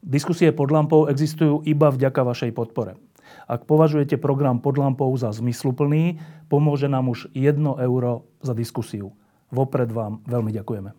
Diskusie pod lampou existujú iba vďaka vašej podpore. Ak považujete program Pod lampou za zmysluplný, pomôže nám už 1 euro za diskusiu. Vopred vám veľmi ďakujeme.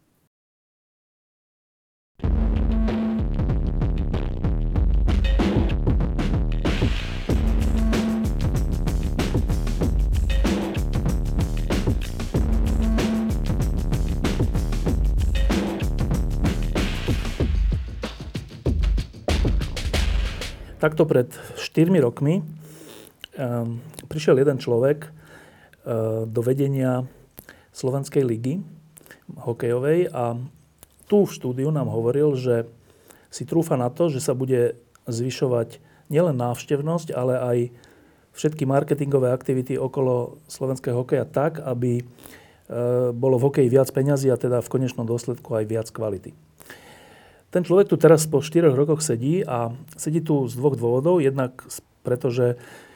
Takto pred 4 rokmi prišiel jeden človek do vedenia Slovenskej ligy hokejovej a tu v štúdiu nám hovoril, že si trúfa na to, že sa bude zvyšovať nielen návštevnosť, ale aj všetky marketingové aktivity okolo slovenského hokeja tak, aby bolo v hokeji viac peňazí a teda v konečnom dôsledku aj viac kvality. Ten človek tu teraz po 4 rokoch sedí a sedí tu z 2 dôvodov. Jednak preto, že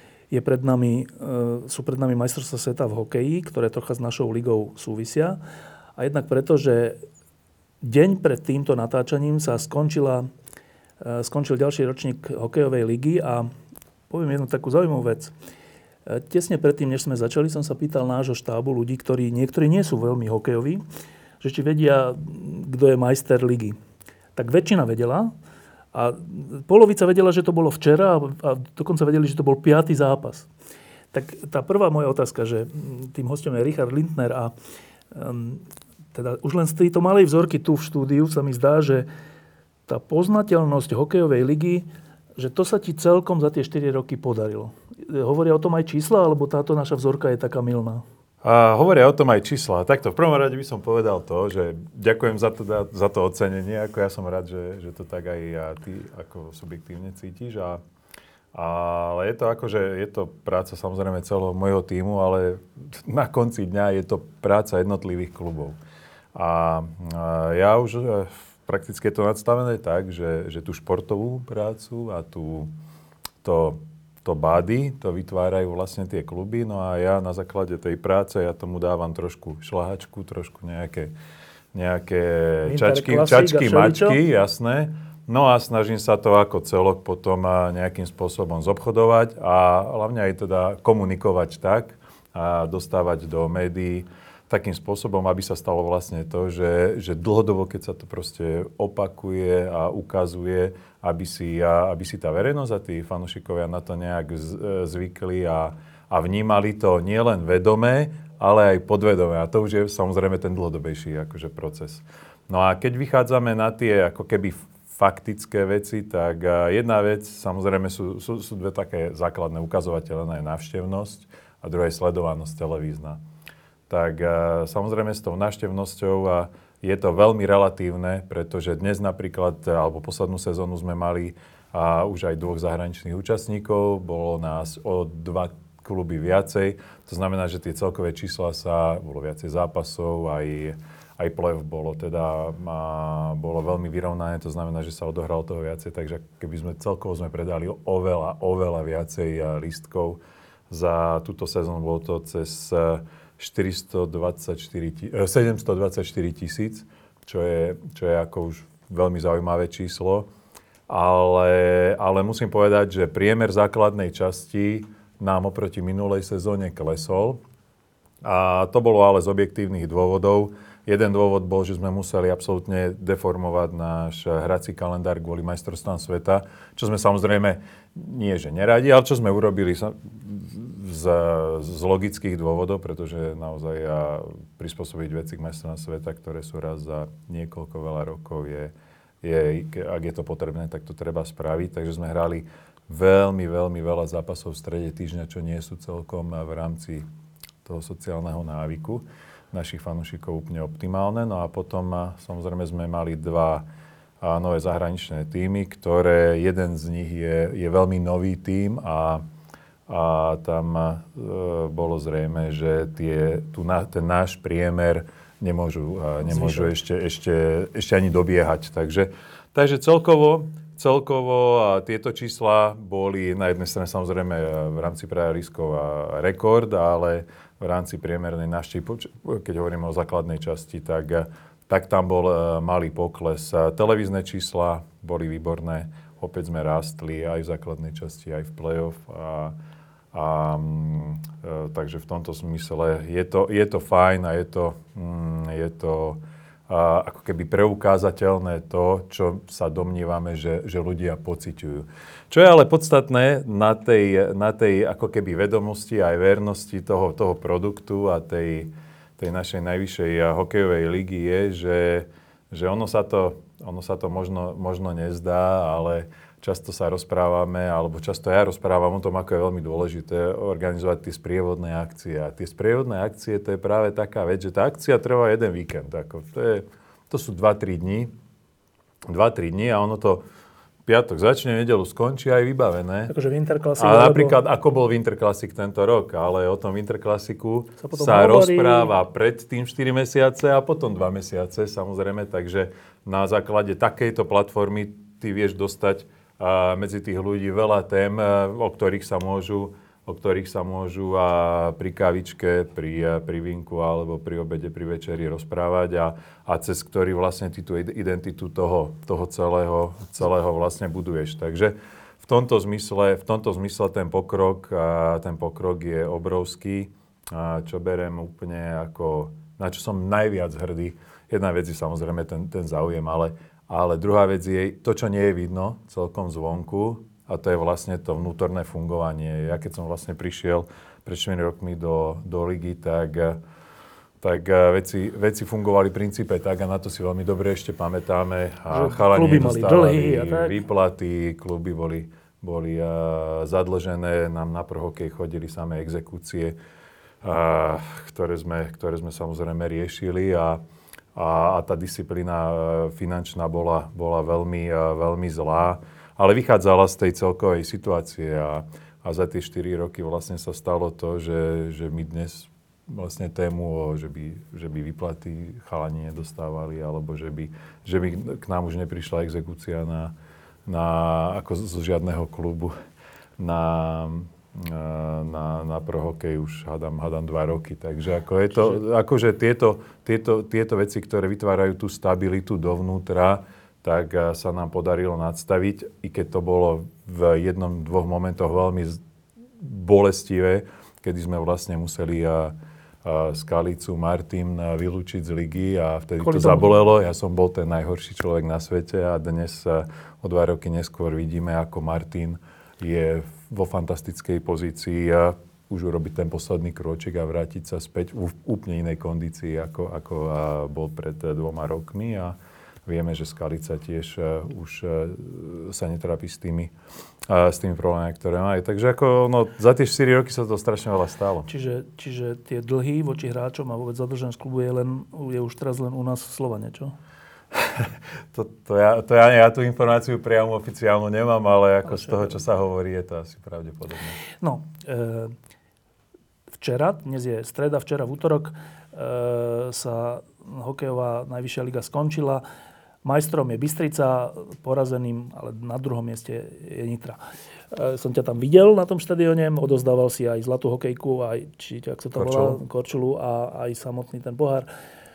sú pred nami majstrovstvá sveta v hokeji, ktoré trocha s našou ligou súvisia. A jednak preto, že deň pred týmto natáčaním sa skončil ďalší ročník hokejovej ligy a poviem jednu takú zaujímavú vec. Tesne predtým, než sme začali, som sa pýtal nášho štábu ľudí, niektorí nie sú veľmi hokejoví, že či vedia, kto je majster ligy. Tak väčšina vedela a polovica vedela, že to bolo včera a dokonca vedeli, že to bol 5. zápas. Tak tá prvá moja otázka, že tým hosťom je Richard Lindner a teda už len z tejto malej vzorky tu v štúdiu sa mi zdá, že tá poznateľnosť hokejovej ligy, že to sa ti celkom za tie 4 roky podarilo. Hovoria o tom aj čísla, alebo táto naša vzorka je taká mylná? A hovoria o tom aj čísla. Takto, v prvom rade by som povedal to, že ďakujem za to ocenenie. Ako ja som rád, že to tak aj ty ako subjektívne cítiš. Ale je to akože, je to práca samozrejme celého môjho tímu, ale na konci dňa je to práca jednotlivých klubov. A ja už prakticky je to nadstavené tak, že tú športovú prácu a to body, to vytvárajú vlastne tie kluby, no a ja na základe tej práce, ja tomu dávam trošku šlahačku, trošku nejaké čačky, mačky, jasné. No a snažím sa to ako celok potom nejakým spôsobom zobchodovať a hlavne aj teda komunikovať tak a dostávať do médií takým spôsobom, aby sa stalo vlastne to, že dlhodobo, keď sa to proste opakuje a ukazuje, aby si tá verejnosť a tí fanúšikovia na to nejak zvykli a vnímali to nielen vedomé, ale aj podvedomé. A to už je samozrejme ten dlhodobejší akože proces. No a keď vychádzame na tie ako keby faktické veci, tak jedna vec, samozrejme sú dve také základné ukazovatele, jedna je návštevnosť a druhá je sledovanosť televízna. Tak samozrejme s tou návštevnosťou je to veľmi relatívne, pretože dnes napríklad, alebo poslednú sezónu sme mali už aj 2 zahraničných účastníkov, bolo nás o 2 kluby viacej, to znamená, že tie celkové čísla bolo viacej zápasov, aj play-off bolo veľmi vyrovnané, to znamená, že sa odohralo toho viacej, takže keby sme celkovo predali oveľa viacej lístkov za túto sezónu, bolo to cez 724 tisíc, čo je ako už veľmi zaujímavé číslo. Ale musím povedať, že priemer základnej časti nám oproti minulej sezóne klesol. A to bolo ale z objektívnych dôvodov. Jeden dôvod bol, že sme museli absolútne deformovať náš hrací kalendár kvôli majstrovstvám sveta, čo sme samozrejme nie že neradi, ale čo sme urobili z logických dôvodov, pretože naozaj prispôsobiť veci k majstrovstvám sveta, ktoré sú raz za niekoľko veľa rokov, ak je to potrebné, tak to treba spraviť. Takže sme hrali veľmi veľa zápasov v strede týždňa, čo nie sú celkom v rámci toho sociálneho návyku našich fanúšikov úplne optimálne. No a potom samozrejme sme mali 2 nové zahraničné tímy, ktoré jeden z nich je veľmi nový tím a tam bolo zrejme, že ten náš priemer nemôžu ešte ani dobiehať. Takže celkovo tieto čísla boli na jednej strane samozrejme v rámci prejariskov rekord, ale v rámci priemernej návštevy, keď hovoríme o základnej časti, tak tak tam bol malý pokles. Televízne čísla boli výborné, opäť sme rástli aj v základnej časti, aj v play-off. Takže v tomto smysle je to fajn a je to ako keby preukázateľné to, čo sa domnívame, že ľudia pociťujú. Čo je ale podstatné na tej ako keby vedomosti aj vernosti toho produktu a tej našej najvyššej hokejovej ligy je, že ono sa to možno nezdá, ale často sa rozprávame, alebo často ja rozprávam o tom, ako je veľmi dôležité organizovať tie sprievodné akcie. A tie sprievodné akcie, to je práve taká vec, že tá akcia trvá jeden víkend. To sú 2-3 dní. 2-3 dní a ono to piatok začne, nedeľu skončí a je vybavené. Takže Winter Classic. A napríklad, ako bol Winter Classic tento rok, ale o tom Winter Classicu sa rozpráva predtým 4 mesiace a potom 2 mesiace, samozrejme. Takže na základe takejto platformy ty vieš dostať medzi tých ľudí veľa tém, o ktorých sa môžu pri kávičke, pri vínku alebo pri obede, pri večeri rozprávať a cez ktorý vlastne ty tú identitu toho celého vlastne buduješ. Takže v tomto zmysle ten pokrok je obrovský, čo berem úplne ako, na čo som najviac hrdý. Jedna vec je samozrejme ten záujem, ale druhá vec je to, čo nie je vidno celkom zvonku, a to je vlastne to vnútorné fungovanie. Ja keď som vlastne prišiel pred 4 rokmi do ligy, tak veci fungovali v princípe tak, a na to si veľmi dobre ešte pamätáme. A chalani dostávali výplaty, kluby boli zadlžené, nám na prohokej chodili samé exekúcie, ktoré sme samozrejme riešili a tá disciplína finančná bola veľmi, veľmi zlá, ale vychádzala z tej celkovej situácie a za tie 4 roky vlastne sa stalo to, že my dnes vlastne tému, že by výplaty chalani nedostávali, alebo že by k nám už neprišla exekúcia ako zo žiadneho klubu na prohokej už hádam 2 roky. Takže ako je to, akože tieto veci, ktoré vytvárajú tú stabilitu dovnútra, tak sa nám podarilo nadstaviť, i keď to bolo v 1-2 momentoch veľmi bolestivé, kedy sme vlastne museli Skalicu, Martin vylúčiť z ligy a vtedy to zabolelo. Ja som bol ten najhorší človek na svete a dnes o 2 roky neskôr vidíme, ako Martin je vo fantastickej pozícii a už urobiť ten posledný krôčik a vrátiť sa späť v úplne inej kondícii, ako bol pred 2 rokmi. A vieme, že Skalica tiež už sa netrápi s tými problémami, ktoré majú. Takže za tie 4 roky sa to strašne veľa stalo. Čiže tie dlhy voči hráčom a vôbec zadlženosť klubu je už teraz len u nás v Slovane, čo? Ja tú informáciu priamo oficiálnu nemám, ale ako z toho, čo sa hovorí, je to asi pravdepodobné. No, dnes je streda, včera v útorok sa hokejová najvyššia liga skončila. Majstrom je Bystrica, porazeným, ale na druhom mieste je Nitra. Som ťa tam videl na tom štadióne, odozdával si aj zlatú hokejku, aj ak sa to volá, korčulu a aj samotný ten pohár.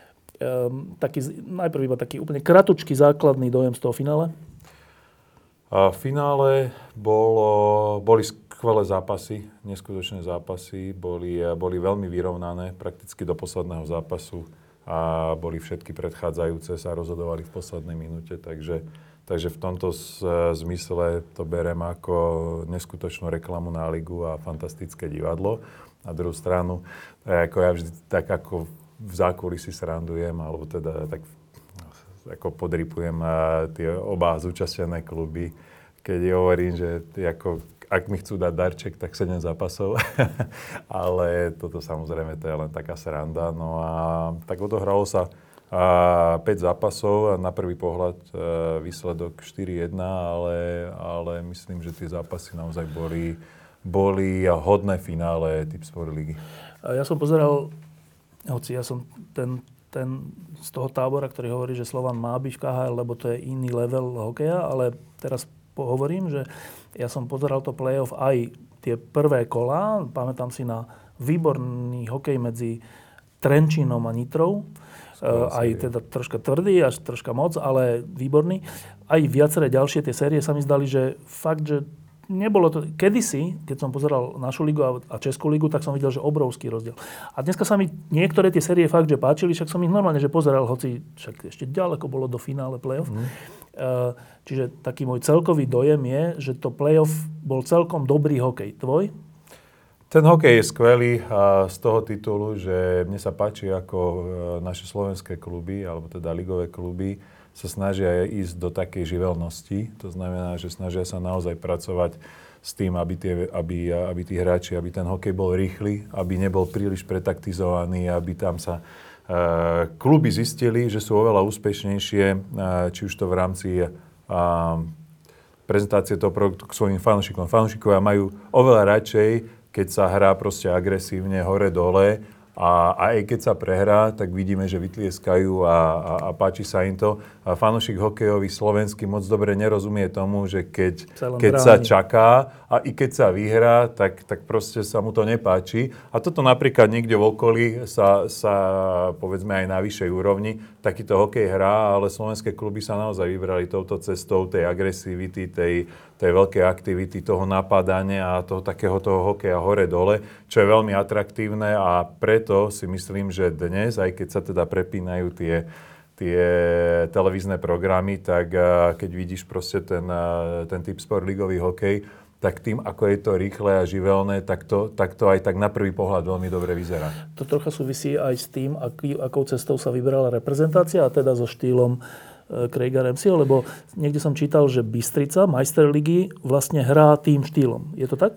Najprv iba taký úplne kratučký základný dojem z toho finále. V finále boli skvelé zápasy, neskutočné zápasy, boli veľmi vyrovnané prakticky do posledného zápasu. A boli všetky predchádzajúce, sa rozhodovali v poslednej minúte, takže v tomto zmysle to berem ako neskutočnú reklamu na ligu a fantastické divadlo. Na druhú stranu, ako ja vždy tak ako v zákulisí srandujem, alebo teda tak ako podripujem tie oba zúčastnené kluby, keď hovorím, že ak mi chcú dať darček, tak 7 zápasov. Ale toto samozrejme, to je len taká sranda. No a tak odohralo sa 5 zápasov a na prvý pohľad výsledok 4-1, ale myslím, že tie zápasy naozaj boli hodné finále Tipsport ligy. Ja som pozeral, hoci ja som ten z toho tábora, ktorý hovorí, že Slovan má byť v KHL, lebo to je iný level hokeja, ale teraz hovorím, že ja som pozeral to play-off aj tie prvé kolá. Pamätám si na výborný hokej medzi Trenčínom a Nitrou. Aj teda troška tvrdý, až troška moc, ale výborný. Aj viaceré ďalšie tie série sa mi zdali, že fakt, že nebolo to... Kedysi, keď som pozeral našu ligu a Českú ligu, tak som videl, že obrovský rozdiel. A dneska sa mi niektoré tie série fakt, že páčili, však som ich normálne, že pozeral, hoci však ešte ďaleko bolo do finále play-off. Čiže taký môj celkový dojem je, že to play-off bol celkom dobrý hokej. Tvoj? Ten hokej je skvelý z toho titulu, že mne sa páči, ako naše slovenské kluby, alebo teda ligové kluby, sa snažia ísť do takej živelnosti. To znamená, že snažia sa naozaj pracovať s tým, aby tí hráči, aby ten hokej bol rýchly, aby nebol príliš pretaktizovaný, aby tam sa kluby zistili, že sú oveľa úspešnejšie, či už to v rámci prezentácie toho produktu k svojim fanúšikom. Fanúšikovia majú oveľa radšej, keď sa hrá proste agresívne hore-dole a aj keď sa prehrá, tak vidíme, že vytlieskajú a páči sa im to. A fanúšik hokejový slovenský moc dobre nerozumie tomu, že keď sa čaká a i keď sa vyhrá, tak proste sa mu to nepáči. A toto napríklad niekde v okolí sa povedzme aj na vyššej úrovni takýto hokej hrá, ale slovenské kluby sa naozaj vybrali touto cestou tej agresivity, tej veľkej aktivity, toho napadania a toho takého toho hokeja hore-dole, čo je veľmi atraktívne a preto si myslím, že dnes, aj keď sa teda prepínajú tie televízne programy, tak keď vidíš proste ten typ sport ligový hokej, tak tým, ako je to rýchle a živelné, tak to aj tak na prvý pohľad veľmi dobre vyzerá. To trocha súvisí aj s tým, akou cestou sa vybrala reprezentácia, a teda so štýlom Craiga Ramseyho, lebo niekde som čítal, že Bystrica, majster ligy, vlastne hrá tým štýlom. Je to tak?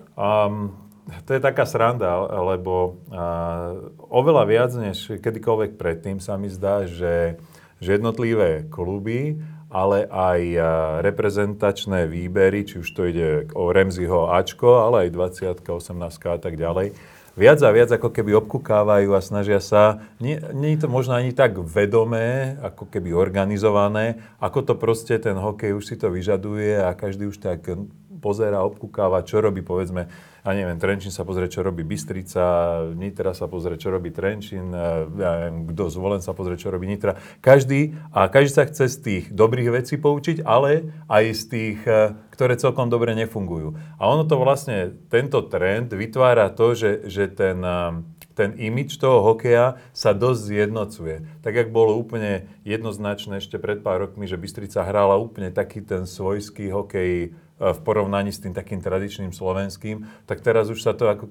To je taká sranda, lebo oveľa viac než kedykoľvek predtým sa mi zdá, že jednotlivé kluby, ale aj reprezentačné výbery, či už to ide o Ramseyho Ačko, ale aj 20, 18 a tak ďalej, viac a viac ako keby obkukávajú a snažia sa, nie je to možno ani tak vedomé, ako keby organizované, ako to proste ten hokej už si to vyžaduje a každý už tak pozerá, obkúkáva, čo robí, povedzme, ja neviem, Trenčín sa pozrie, čo robí Bystrica, Nitra sa pozrie, čo robí Trenčín, ja neviem, kto Zvolen sa pozrie, čo robí Nitra. Každý sa chce z tých dobrých vecí poučiť, ale aj z tých, ktoré celkom dobre nefungujú. A ono to vlastne, tento trend vytvára to, že ten imidž toho hokeja sa dosť zjednocuje. Tak, jak bolo úplne jednoznačné ešte pred pár rokmi, že Bystrica hrála úplne taký ten svojský hokej v porovnaní s tým takým tradičným slovenským, tak teraz už sa to ale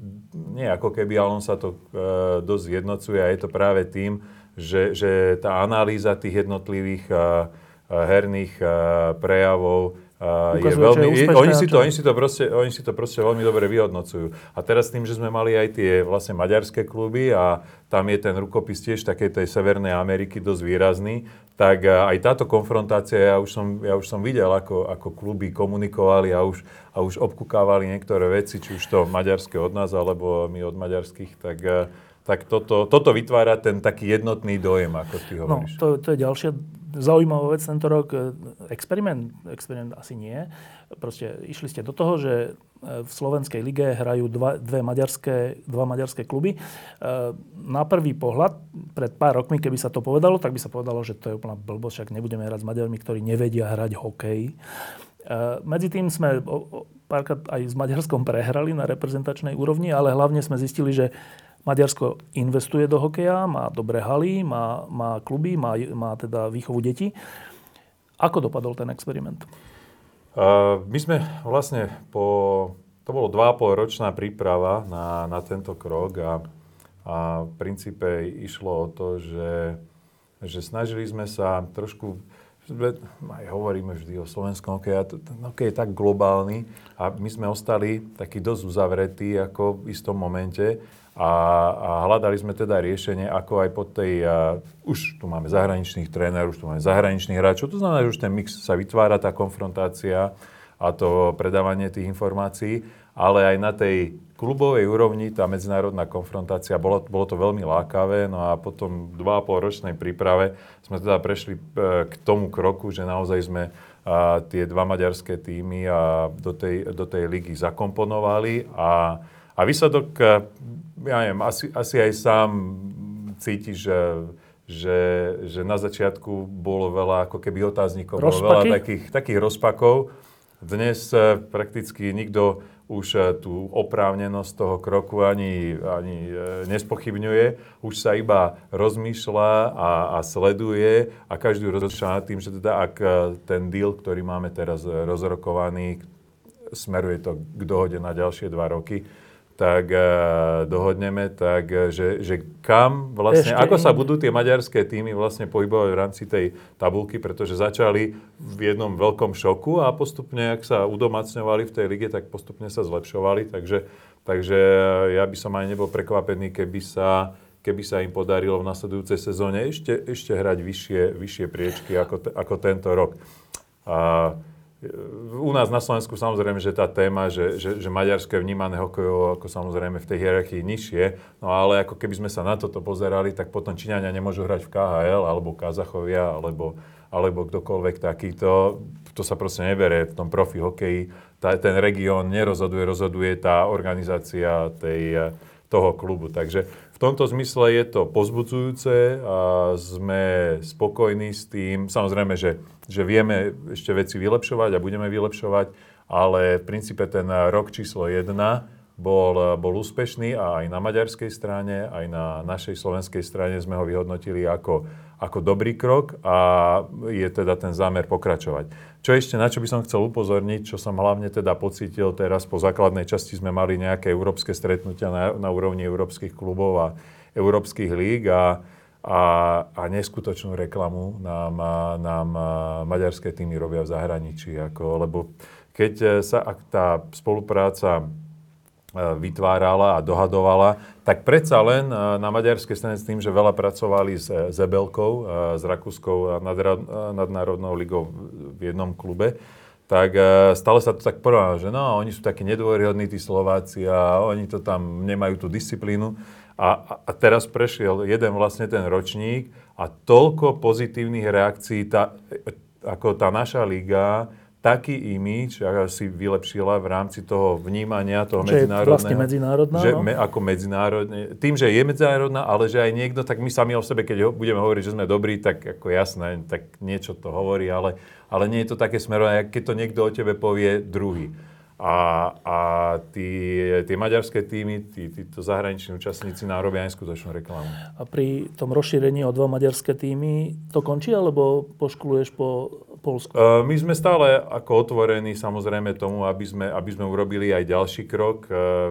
on sa to dosť zjednocuje a je to práve tým, že tá analýza tých jednotlivých herných prejavov je veľmi... Oni si to proste veľmi dobre vyhodnocujú. A teraz tým, že sme mali aj tie vlastne maďarské kluby a tam je ten rukopis tiež takej tej Severnej Ameriky dosť výrazný, tak aj táto konfrontácia, ja už som videl, ako kluby komunikovali a už obkúkávali niektoré veci, či už to maďarské od nás, alebo my od maďarských, tak toto vytvára ten taký jednotný dojem, ako ty hovoríš. No, to je ďalšia zaujímavá vec tento rok. Experiment asi nie. Proste išli ste do toho, že v slovenskej lige hrajú dva maďarské kluby. Na prvý pohľad, pred pár rokmi, keby sa to povedalo, tak by sa povedalo, že to je úplná blbosť, však nebudeme hrať s Maďarmi, ktorí nevedia hrať hokej. Medzi tým sme párkrát aj s Maďarskom prehrali na reprezentačnej úrovni, ale hlavne sme zistili, že Maďarsko investuje do hokeja, má dobré haly, má kluby, má teda výchovu detí. Ako dopadol ten experiment? My sme vlastne to bolo 2,5-ročná príprava na tento krok a v princípe išlo o to, že snažili sme sa trošku, aj hovoríme vždy o slovenskom hokeji, hokej je tak globálny a my sme ostali taký dosť uzavretí ako v istom momente a hľadali sme teda riešenie, ako aj po tej, už tu máme zahraničných trénerov, už tu máme zahraničných hráčov, to znamená, že už ten mix sa vytvára, tá konfrontácia a to predávanie tých informácií, ale aj na tej klubovej úrovni tá medzinárodná konfrontácia, bolo to veľmi lákavé, no a potom 2,5-ročnej príprave sme teda prešli k tomu kroku, že naozaj sme tie dva maďarské týmy do tej ligy zakomponovali a výsledok, ja neviem, asi aj sám cítiš, že na začiatku bolo veľa ako keby otáznikov, bolo veľa takých rozpakov. Dnes prakticky nikto už tú oprávnenosť toho kroku ani nespochybňuje. Už sa iba rozmýšľa a sleduje a každý rozmýšľa nad tým, že teda ak ten deal, ktorý máme teraz rozrokovaný, smeruje to k dohode na ďalšie 2 roky, tak dohodneme, že kam vlastne, ako sa budú tie maďarské týmy vlastne pohybovať v rámci tej tabulky, pretože začali v jednom veľkom šoku a postupne, ak sa udomacňovali v tej lige, tak postupne sa zlepšovali, takže ja by som aj nebol prekvapený, keby sa im podarilo v nasledujúcej sezóne ešte hrať vyššie priečky ako tento rok. U nás na Slovensku samozrejme, že tá téma, že Maďarsko je vnímané hokejovo ako samozrejme v tej hierarchii nižšie, no ale ako keby sme sa na toto pozerali, tak potom Číňania nemôžu hrať v KHL, alebo Kazachovia, alebo kdokoľvek takýto. To sa proste neberie v tom profi hokeji. Ten región rozhoduje tá organizácia toho klubu. Takže v tomto zmysle je to povzbudzujúce a sme spokojní s tým. Samozrejme, že vieme ešte veci vylepšovať a budeme vylepšovať, ale v princípe ten rok číslo 1 bol úspešný a aj na maďarskej strane, aj na našej slovenskej strane sme ho vyhodnotili ako dobrý krok a je teda ten zámer pokračovať. Na čo by som chcel upozorniť, čo som hlavne teda pocítil teraz po základnej časti, sme mali nejaké európske stretnutia na úrovni európskych klubov a európskych líg a neskutočnú reklamu nám maďarské týmy robia v zahraničí. Lebo keď sa tá spolupráca vytvárala a dohadovala, tak predsa len na maďarskej strane s tým, že veľa pracovali s Ebelkou, s rakúskou nadnárodnou ligou v jednom klube, tak stále sa to tak porovnáva, že oni sú takí nedôveryhodní, tí Slováci a oni to tam nemajú tú disciplínu. A teraz prešiel vlastne ten ročník a toľko pozitívnych reakcií, ako tá naša liga, taký imíč si vylepšila v rámci toho vnímania, toho medzinárodného. Vlastne medzinárodná, ako medzinárodne. Tým, že je medzinárodná, ale že aj niekto, tak my sami o sebe, keď budeme hovoriť, že sme dobrí, tak ako jasné, tak niečo to hovorí, ale nie je to také smerovanie, keď to niekto o tebe povie druhý. A tie maďarské týmy, títo zahraniční účastníci nám robia neskutočnú reklamu. A pri tom rozšírení o 2 maďarské týmy to končí, alebo poškuluješ po Poľsku? My sme stále ako otvorení samozrejme tomu, aby sme urobili aj ďalší krok.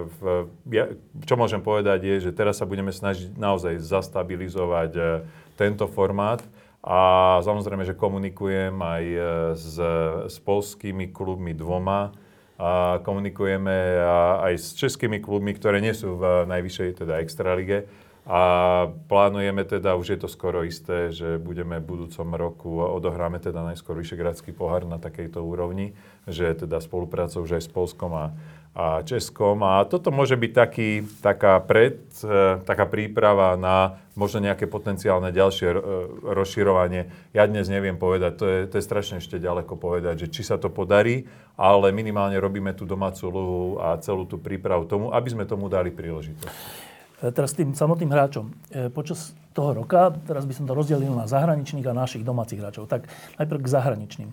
Čo môžem povedať je, že teraz sa budeme snažiť naozaj zastabilizovať tento formát. A samozrejme, že komunikujem aj s poľskými klubmi 2. A komunikujeme aj s českými klubmi, ktoré nie sú v najvyššej teda extralige. A plánujeme teda, už je to skoro isté, že budeme v budúcom roku odohráme teda najskôr Vyšehradský pohár na takejto úrovni, že teda spolupracou už aj s Poľskom a Českom. A toto môže byť taká príprava na možno nejaké potenciálne ďalšie rozširovanie. Ja dnes neviem povedať, to je strašne ešte ďaleko povedať, že či sa to podarí, ale minimálne robíme tú domácu úlohu a celú tú prípravu tomu, aby sme tomu dali príležitosť. Teraz tým samotným hráčom. Počas toho roka, teraz by som to rozdelil na zahraničných a našich domácich hráčov. Tak najprv k zahraničným.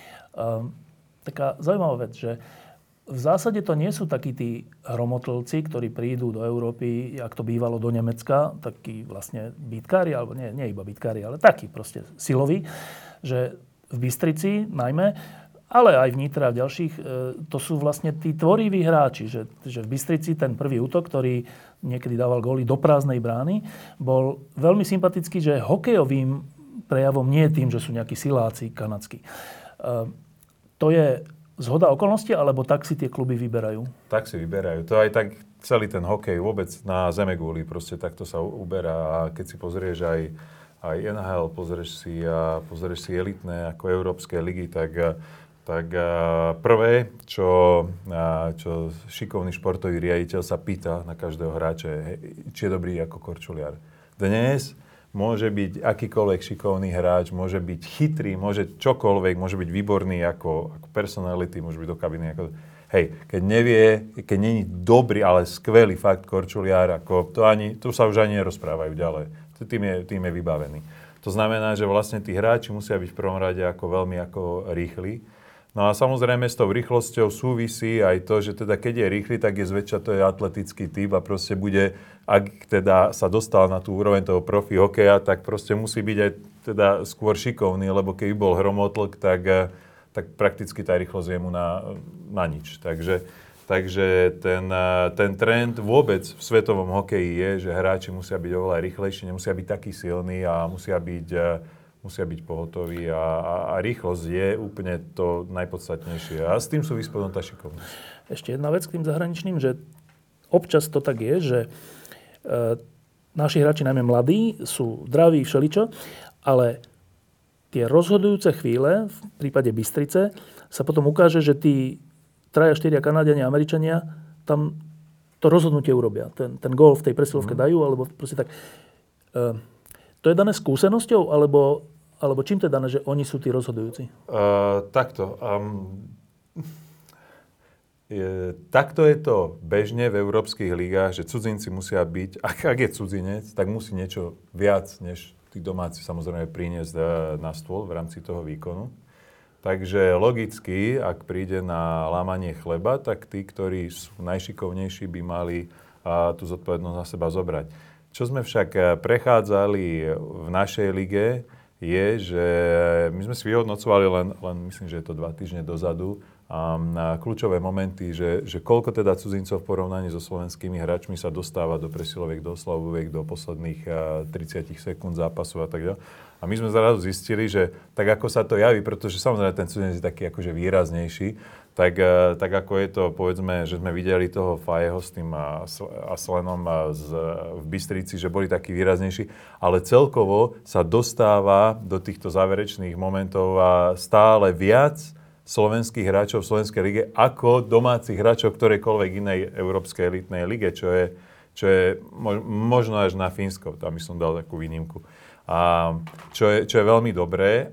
Taká zaujímavá vec, že v zásade to nie sú takí tí hromotlci, ktorí prídu do Európy, jak to bývalo do Nemecka, takí vlastne bitkári, alebo nie iba bitkári, ale takí proste siloví, že v Bystrici najmä, ale aj v Nitre a v ďalších, to sú vlastne tí tvoriví hráči, že v Bystrici ten prvý útok, ktorý niekedy dával góly do prázdnej brány, bol veľmi sympatický, že hokejovým prejavom nie je tým, že sú nejakí siláci kanadskí. To je zhoda okolností, alebo tak si tie kluby vyberajú? Tak si vyberajú. To aj tak celý ten hokej vôbec na zemeguli proste takto sa uberá. A keď si pozrieš aj NHL, pozrieš si elitné ako európske ligy, tak prvé, čo šikovný športový riaditeľ sa pýta na každého hráča, či je dobrý ako korčuliar. Dnes môže byť akýkoľvek šikovný hráč, môže byť chytrý, môže čokoľvek, môže byť výborný ako personality, môže byť do kabiny. Keď nevie, keď nie je dobrý, ale skvelý fakt korčuliar, tu sa už ani nerozprávajú ďalej. tým je vybavený. To znamená, že vlastne tí hráči musia byť v prvom rade veľmi rýchli. No a samozrejme s tou rýchlosťou súvisí aj to, že teda keď je rýchly, tak je zväčša to je atletický typ a proste bude, ak teda sa dostal na tú úroveň toho profi hokeja, tak proste musí byť aj teda skôr šikovný, lebo keby bol hromotlk, tak prakticky tá rýchlosť je mu na nič. Takže ten trend vôbec v svetovom hokeji je, že hráči musia byť oveľa rýchlejší, nemusia byť takí silní a musia byť pohotoví a rýchlosť je úplne to najpodstatnejšie. A s tým sú vyspodnutá šikovnosť. Ešte jedna vec k tým zahraničným, že občas to tak je, že naši hráči, najmä mladí, sú zdraví všeličo, ale tie rozhodujúce chvíle, v prípade Bystrice, sa potom ukáže, že tí 3-4 Kanáďania a Američania tam to rozhodnutie urobia. Ten gól v tej presilovke dajú, alebo proste tak. To je dané skúsenosťou, alebo čím to je dané, že oni sú tí rozhodujúci? Takto. Takto je to bežne v európskych ligách, že cudzinci musia byť, ak je cudzinec, tak musí niečo viac, než tí domáci samozrejme priniesť na stôl v rámci toho výkonu. Takže logicky, ak príde na lámanie chleba, tak tí, ktorí sú najšikovnejší, by mali tú zodpovednosť na seba zobrať. Čo sme však prechádzali v našej lige, je, že my sme si vyhodnocovali len myslím, že je to 2 týždne dozadu, na kľúčové momenty, že koľko teda cudzincov v porovnaní so slovenskými hráčmi sa dostáva do presiloviek, do oslavoviek, do posledných 30 sekúnd zápasu a tak ďalej. A my sme zrazu zistili, že tak ako sa to javí, pretože samozrejme ten cudzinec je taký akože výraznejší, tak ako je to, povedzme, že sme videli toho Fajeho s tým Aslenom v Bystrici, že boli takí výraznejší, ale celkovo sa dostáva do týchto záverečných momentov stále viac slovenských hráčov v slovenskej lige ako domácich hráčov ktorejkoľvek inej európskej elitnej lige, čo je možno až na Fínsko, tam by som dal takú výnimku. Čo je veľmi dobré,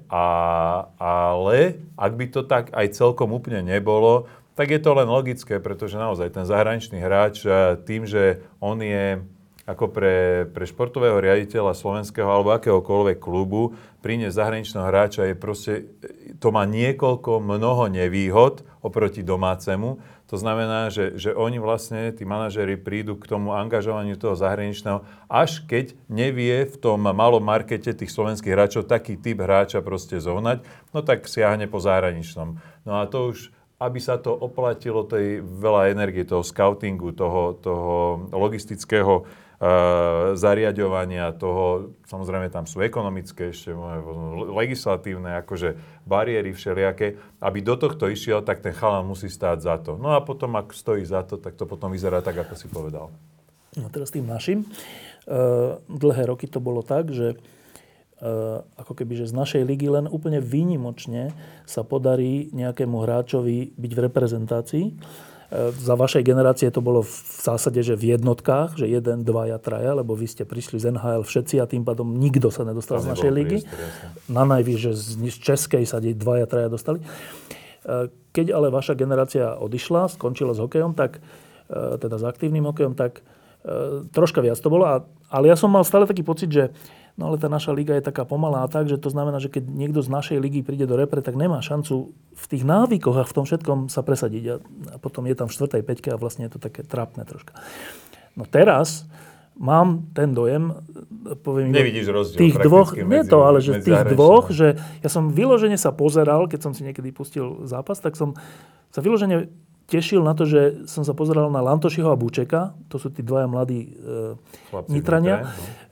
ale ak by to tak aj celkom úplne nebolo, tak je to len logické, pretože naozaj ten zahraničný hráč tým, že on je ako pre športového riaditeľa slovenského alebo akéhokoľvek klubu priniesť zahraničného hráča je proste, to má mnoho nevýhod oproti domácemu. To znamená, že oni vlastne, tí manažéri prídu k tomu angažovaniu toho zahraničného, až keď nevie v tom malom markete tých slovenských hráčov taký typ hráča proste zohnať, no tak siahne po zahraničnom. No a to už, aby sa to oplatilo, tej veľa energie, toho scoutingu, toho logistického zariaďovania toho, samozrejme tam sú ekonomické ešte, legislatívne akože bariéry všelijaké, aby do tohto išiel, tak ten chalan musí stáť za to. No a potom, ak stojí za to, tak to potom vyzerá tak, ako si povedal. No teraz tým našim. Dlhé roky to bolo tak, že ako keby, že z našej ligy len úplne výnimočne sa podarí nejakému hráčovi byť v reprezentácii. Za vašej generácie to bolo v zásade, že v jednotkách, že 1, 2, 3, lebo vy ste prišli z NHL všetci a tým pádom nikto sa nedostal z našej ligy. Na najvyššie, že z Českej sa 2, 3 dostali. Keď ale vaša generácia odišla, skončila s hokejom, tak, teda s aktívnym hokejom, tak troška viac to bolo. Ale ja som mal stále taký pocit, že no ale tá naša liga je taká pomalá a tak, že to znamená, že keď niekto z našej ligy príde do repre, tak nemá šancu v tých návykoch a v tom všetkom sa presadiť. A potom je tam v 4. 5. a vlastne je to také trápne troška. No teraz mám ten dojem, poviem, nevidíš rozdiel tých dvoch, nie to, ale že tých dvoch, že ja som vyložene sa pozeral, keď som si niekedy pustil zápas, tak som sa vyložene tešil na to, že som sa pozeral na Lantošiho a Bučeka, to sú tí dvaja mladí Nitrania.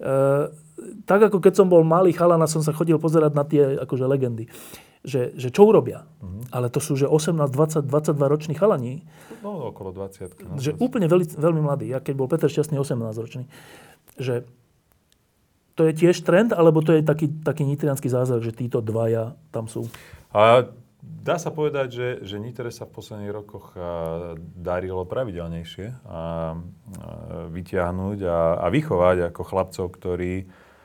Tak ako keď som bol malý chalan a som sa chodil pozerať na tie akože legendy, že čo urobia. Ale to sú že 18, 20, 22 roční chalani. No okolo 20. No, že úplne veľmi mladí. Ja keď bol Peter Šťastný 18 ročný. Že to je tiež trend, alebo to je taký nitriansky zázrak, že títo dvaja tam sú? A dá sa povedať, že Nitre sa v posledných rokoch darilo pravidelnejšie vytiahnuť a vychovať ako chlapcov, ktorí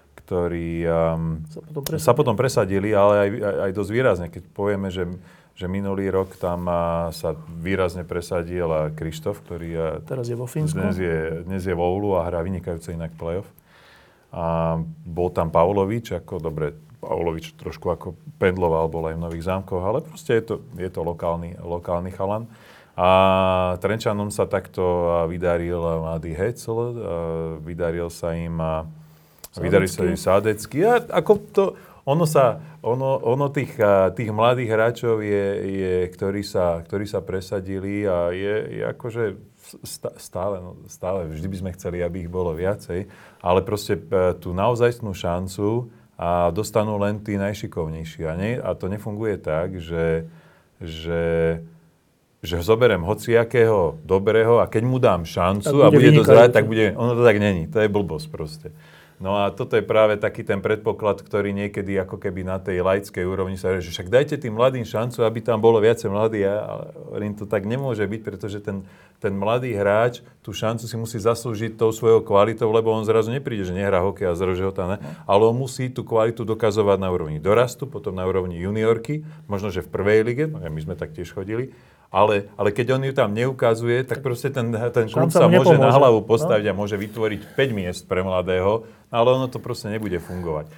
sa potom presadili, ale aj dosť výrazne. Keď povieme, že minulý rok tam sa výrazne presadil Krištof, ktorý teraz je vo Fínsku. Dnes je vo Oulu a hrá vynikajúce inak play-off. A bol tam Pavlovič, Pavlovič trošku ako pendloval, bol aj v Nových Zámkoch, ale proste je to lokálny chalan. A Trenčanom sa takto vydaril mladý Hecl, vydaril sa im Sádecký. A ako to, ono tých mladých hráčov ktorí sa presadili a je akože stále, vždy by sme chceli, aby ich bolo viacej, ale proste tú naozajstnú šancu a dostanú len tí najšikovnejší. A to nefunguje tak, že zoberiem hociakého dobrého a keď mu dám šancu a bude dozrať, tak bude... Ono to tak není. To je blbosť proste. No a toto je práve taký ten predpoklad, ktorý niekedy ako keby na tej laickej úrovni sa že však dajte tým mladým šancu, aby tam bolo viacej mladých. Ale to tak nemôže byť, pretože ten mladý hráč tú šancu si musí zaslúžiť tou svojou kvalitou, lebo on zrazu nepríde, že nehrá hokej a zrazu ho tam, ale on musí tú kvalitu dokazovať na úrovni dorastu, potom na úrovni juniorky, možno, že v prvej lige, my sme tak tiež chodili, ale keď on ju tam neukazuje, tak proste ten klub sa môže na hlavu postaviť a môže vytvoriť 5 miest pre mladého, ale ono to proste nebude fungovať.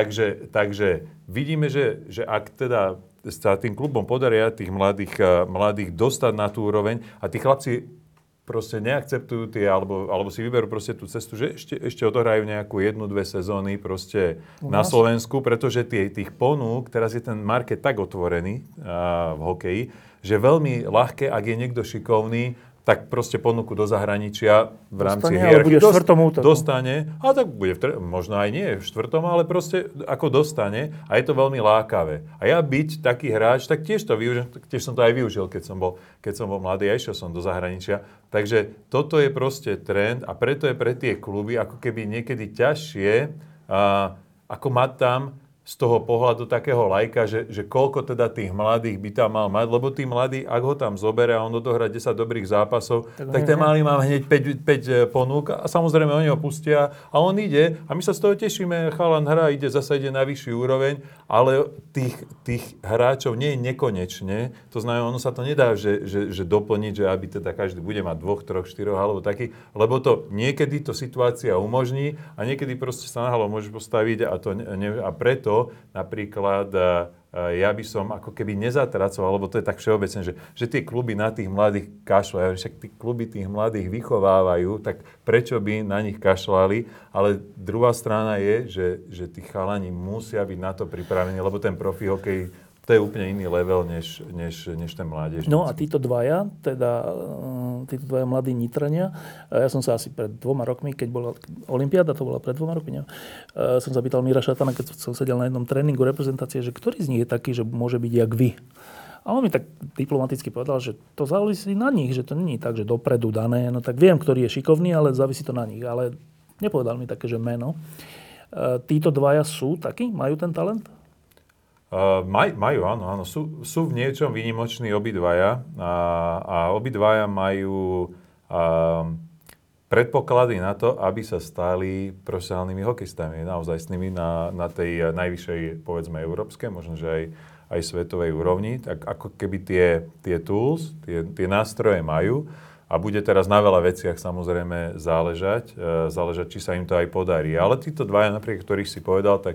Takže vidíme, že ak teda sa tým klubom podaria tých mladých dostať na tú úroveň a tí chlapci proste neakceptujú alebo si vyberú proste tú cestu, že ešte odohrajú nejakú 1-2 sezóny proste na Slovensku, pretože tých ponúk, teraz je ten market tak otvorený v hokeji, že veľmi ľahké, ak je niekto šikovný, tak proste ponuku do zahraničia v rámci hierarchie dostane, a tak bude možno aj nie v štvrtom, ale proste ako dostane a je to veľmi lákavé. A ja byť taký hráč, tak tiež to využijem, tiež som to aj využil, keď som bol mladý a išiel som do zahraničia. Takže toto je proste trend a preto je pre tie kluby ako keby niekedy ťažšie, ako mať tam z toho pohľadu takého lajka, že koľko teda tých mladých by tam mal mať, lebo tí mladí, ak ho tam zoberia a on odohrá 10 dobrých zápasov, tak ten malý má hneď 5 ponúk a samozrejme oni ho pustia a on ide a my sa z toho tešíme, chalan hrá, ide na vyšší úroveň, ale tých hráčov nie je nekonečne, to znamená, ono sa to nedá, že doplniť, že aby teda každý bude mať 2, 3, 4 alebo taký, lebo to niekedy to situácia umožní a niekedy proste sa na hlavu môže postaviť a preto napríklad ja by som ako keby nezatracoval, lebo to je tak všeobecne, že tie kluby na tých mladých kašľajú, však tí kluby tých mladých vychovávajú, tak prečo by na nich kašľali? Ale druhá strana je, že tí chalani musia byť na to pripravení, lebo ten profi hokej to je úplne iný level, než ten mládež. No a títo dvaja mladí Nitrania, ja som sa asi pred 2 rokmi, keď bola olympiáda, to bola pred 2 rokmi, som sa pýtal Míra Šatana, keď som sedel na jednom tréningu reprezentácie, že ktorý z nich je taký, že môže byť jak vy? A on mi tak diplomaticky povedal, že to závisí na nich, že to nie je tak, že dopredu dané, no tak viem, ktorý je šikovný, ale závisí to na nich. Ale nepovedal mi také, že meno. Títo dvaja sú takí? Majú ten talent? Majú, áno. Sú v niečom výnimoční obidvaja a obidvaja majú predpoklady na to, aby sa stali profesionálnymi hokejistami, naozajstnými na tej najvyššej, povedzme, európskej, možno, že aj svetovej úrovni. Tak ako keby tie tools, tie nástroje majú a bude teraz na veľa veciach samozrejme záležať, či sa im to aj podarí. Ale títo dvaja, napriek ktorých si povedal, tak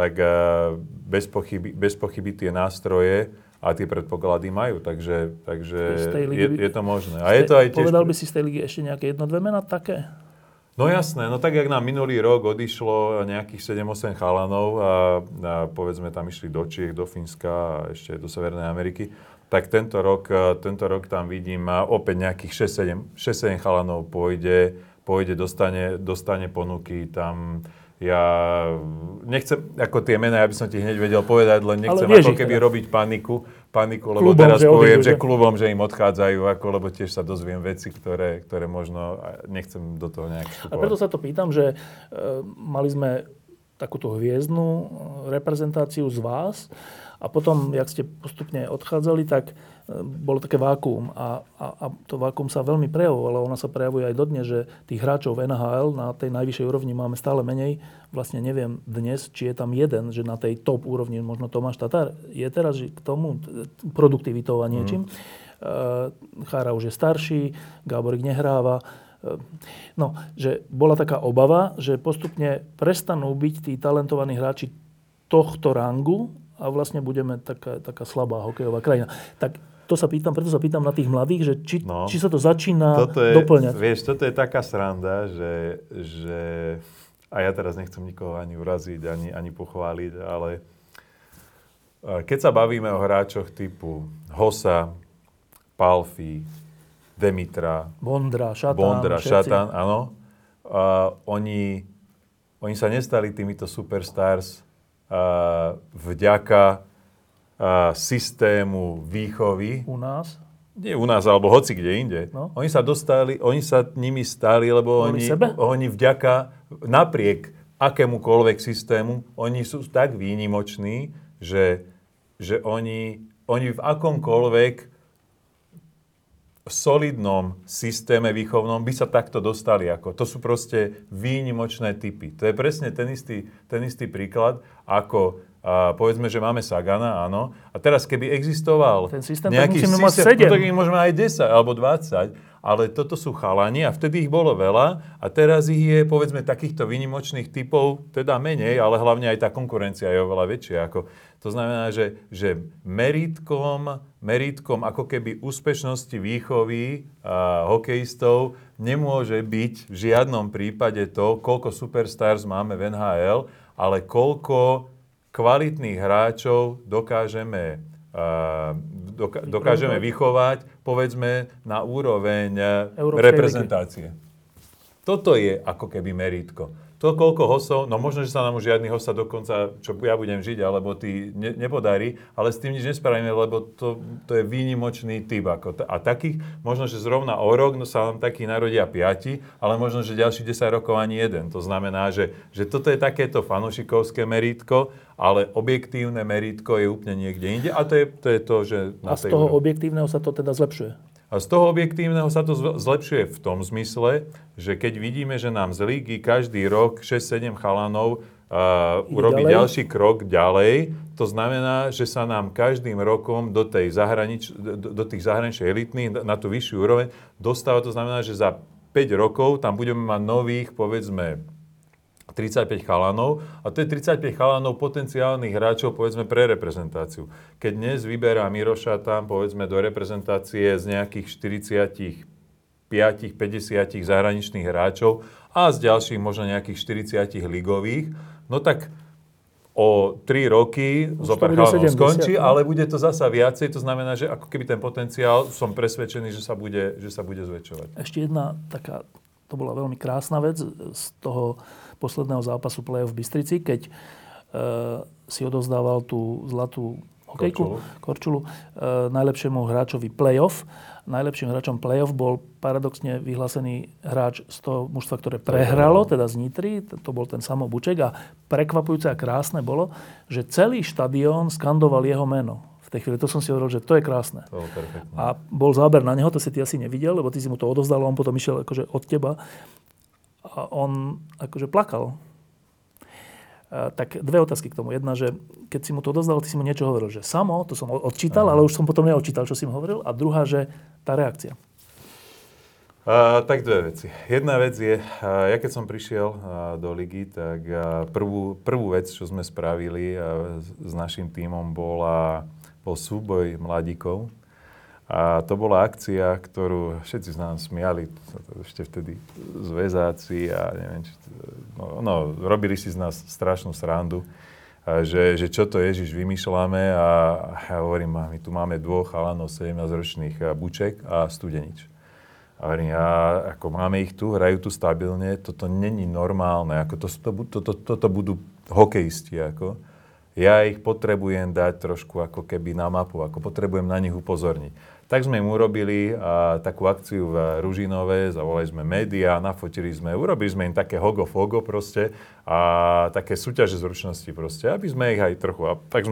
bez pochyby tie nástroje a tie predpoklady majú, takže je to možné. A je to aj tiež... Povedal by si z tej ligy ešte nejaké 1-2 mená také? No jasné, no tak jak nám minulý rok odišlo nejakých 7-8 chalanov a povedzme tam išli do Čiech, do Fínska a ešte do Severnej Ameriky, tak tento rok tam vidím opäť nejakých 6-7 chalanov pôjde, dostane ponuky tam. Ja nechcem, ako tie mená, ja by som ti hneď vedel povedať, len nechcem ako keby robiť paniku, lebo klubom, teraz poviem, že klubom, že im odchádzajú, lebo tiež sa dozviem veci, ktoré možno nechcem do toho nejak vstupovať. A preto sa to pýtam, že mali sme takúto hviezdnu reprezentáciu z vás a potom, jak ste postupne odchádzali, tak bolo také vákuum a to vákuum sa veľmi prejavovalo. Ona sa prejavuje aj dodnes, že tých hráčov v NHL na tej najvyššej úrovni máme stále menej. Vlastne neviem dnes, či je tam jeden, že na tej top úrovni, možno Tomáš Tatar, je teraz k tomu produktivitou a niečím. Chára už je starší, Gáborík nehráva. No, že bola taká obava, že postupne prestanú byť tí talentovaní hráči tohto rangu a vlastne budeme taká slabá hokejová krajina. Tak preto sa pýtam na tých mladých, že či sa to začína doplňať. Vieš, toto je taká sranda, že a ja teraz nechcem nikoho ani uraziť, ani pochváliť, ale keď sa bavíme o hráčoch typu Hossa, Palfi, Demitra, Bondra, Šatan, áno. Oni sa nestali týmito superstars vďaka systému výchovy. U nás? Nie u nás, alebo hoci kde inde. No. Oni sa nimi stali, lebo oni vďaka, napriek akémukoľvek systému, oni sú tak výnimoční, že oni v akomkoľvek solidnom systéme výchovnom by sa takto dostali. To sú proste výnimočné typy. To je presne ten istý príklad, ako povedzme, že máme Sagana, áno. A teraz, keby existoval ten systém, nejaký tak musíme systém, mať 7. tak ich môžeme aj 10 alebo 20, ale toto sú chalani a vtedy ich bolo veľa a teraz ich je, povedzme, takýchto výnimočných typov teda menej, ale hlavne aj tá konkurencia je oveľa väčšia. To znamená, že merítkom ako keby úspešnosti výchovy hokejistov nemôže byť v žiadnom prípade to, koľko superstars máme v NHL, ale koľko kvalitných hráčov dokážeme vychovať, povedzme, na úroveň reprezentácie. Toto je ako keby merítko. To, koľko hosov, no možno, že sa nám už žiadny hosta dokonca, čo ja budem žiť, alebo ty nepodarí, ale s tým nič nespravíme, lebo to je výnimočný typ. A takých, možno, že zrovna o rok sa nám takí narodia 5, ale možno, že ďalších 10 rokov ani jeden. To znamená, že toto je takéto fanúšikovské merítko, ale objektívne merítko je úplne niekde inde. A to je to, že... A z toho objektívneho sa to teda zlepšuje? A z toho objektívneho sa to zlepšuje v tom zmysle, že keď vidíme, že nám z lígy každý rok 6-7 chalanov urobí ďalší krok ďalej, to znamená, že sa nám každým rokom do tých zahraničných elitných, na tú vyššiu úroveň dostáva. To znamená, že za 5 rokov tam budeme mať nových, povedzme, 35 chalanov a to je 35 chalanov potenciálnych hráčov, povedzme, pre reprezentáciu. Keď dnes vyberá Miroša tam, povedzme, do reprezentácie z nejakých 45-50 zahraničných hráčov a z ďalších možno nejakých 40 ligových, no tak o 3 roky zopár chalanov skončí, ale bude to zasa viacej, to znamená, že ako keby ten potenciál, som presvedčený, že sa bude zväčšovať. Ešte jedna taká, to bola veľmi krásna vec z toho posledného zápasu play-off v Bystrici, keď si odovzdával tú zlatú hokejku, Korčulu, najlepšiemu hráčovi play-off. Najlepším hráčom play-off bol paradoxne vyhlásený hráč z toho mužstva, ktoré prehralo, teda z Nitry, to bol ten Samo Buček a prekvapujúce a krásne bolo, že celý štadión skandoval jeho meno. V tej chvíli, to som si hovoril, že to je krásne. To je perfektné. A bol záber na neho, to si ty asi nevidel, lebo ty si mu to odovzdal a on potom išiel akože od teba. A on akože plakal. Tak dve otázky k tomu. Jedna, že keď si mu to odovzdal, ty si mu niečo hovoril, že Samo, to som odčítal, ale už som potom neodčítal, čo si mu hovoril. A druhá, že tá reakcia. Tak dve veci. Jedna vec je, ja keď som prišiel do ligy, tak prvú vec, čo sme spravili s našim tímom, bol súboj mladíkov. A to bola akcia, ktorú všetci z nás smiali, ešte vtedy zväzáci a neviem, robili si z nás strašnú srandu, že čo to Ježiš vymýšľame a ja hovorím, my tu máme dvoch chalanov 17-ročných Buček a Studenič. A hovorím, ako máme ich tu, hrajú tu stabilne, toto není normálne, toto budú hokejisti, ja ich potrebujem dať trošku ako keby na mapu, potrebujem na nich upozorniť. Tak sme im urobili takú akciu v Ružinove, zavolali sme médiá, nafotili sme, urobili sme im také hogo-fogo proste a také súťaže zručnosti proste, aby sme ich aj trochu,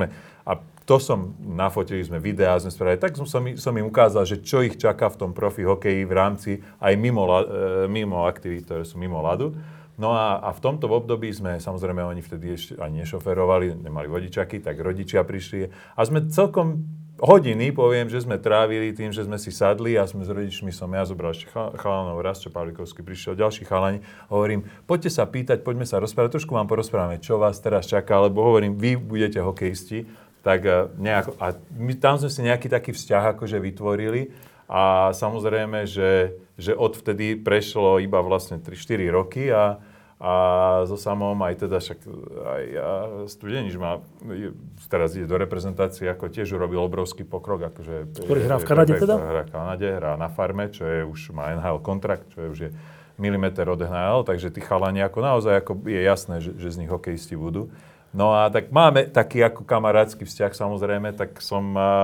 nafotili sme videá, sme spravili, tak som im ukázal, že čo ich čaká v tom profi hokeji v rámci aj mimo aktivít, ktoré sú mimo ľadu. No a v tomto období sme, samozrejme, oni vtedy ešte ani nešoferovali, nemali vodičaky, tak rodičia prišli a sme celkom hodiny, poviem, že sme trávili tým, že sme si sadli a sme s rodičmi, ja zobral ešte chalanov, Rastio Pavlikovský, prišiel ďalší chalani, hovorím, poďte sa pýtať, poďme sa rozprávať, trošku vám porozprávame, čo vás teraz čaká, lebo hovorím, vy budete hokejisti, tak nejako, a my tam sme si nejaký taký vzťah akože vytvorili a samozrejme, že odvtedy prešlo iba vlastne 3-4 roky a so Samom aj teda však aj Studenič má, teraz ide do reprezentácie, ako tiež urobil obrovský pokrok. Akože, ktorý hrá v Kanade teda? Hrá v Kanade, hrá na farme, čo je už má NHL kontrakt, čo je už je milimeter od NHL, takže tí chalani ako naozaj ako je jasné, že z nich hokejisti budú. No a tak máme taký ako kamarátsky vzťah samozrejme, tak som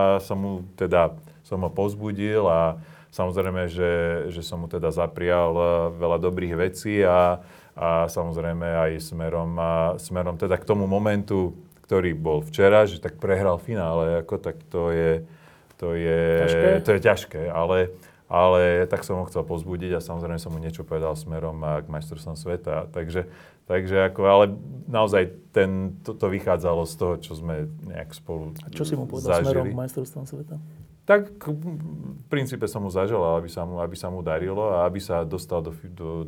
ho povzbudil a samozrejme, že som mu teda zaprial veľa dobrých vecí a samozrejme aj smerom teda k tomu momentu, ktorý bol včera, že tak prehral finále, ako tak to je ťažké, ale tak som ho chcel povzbudiť a samozrejme som mu niečo povedal smerom k majstrovstvám sveta. Takže ako, ale naozaj to vychádzalo z toho, čo sme nejak spolu zažili. A čo si mu povedal smerom k majstrovstvám sveta? Tak v princípe som mu zaželal, aby sa mu darilo a aby sa dostal do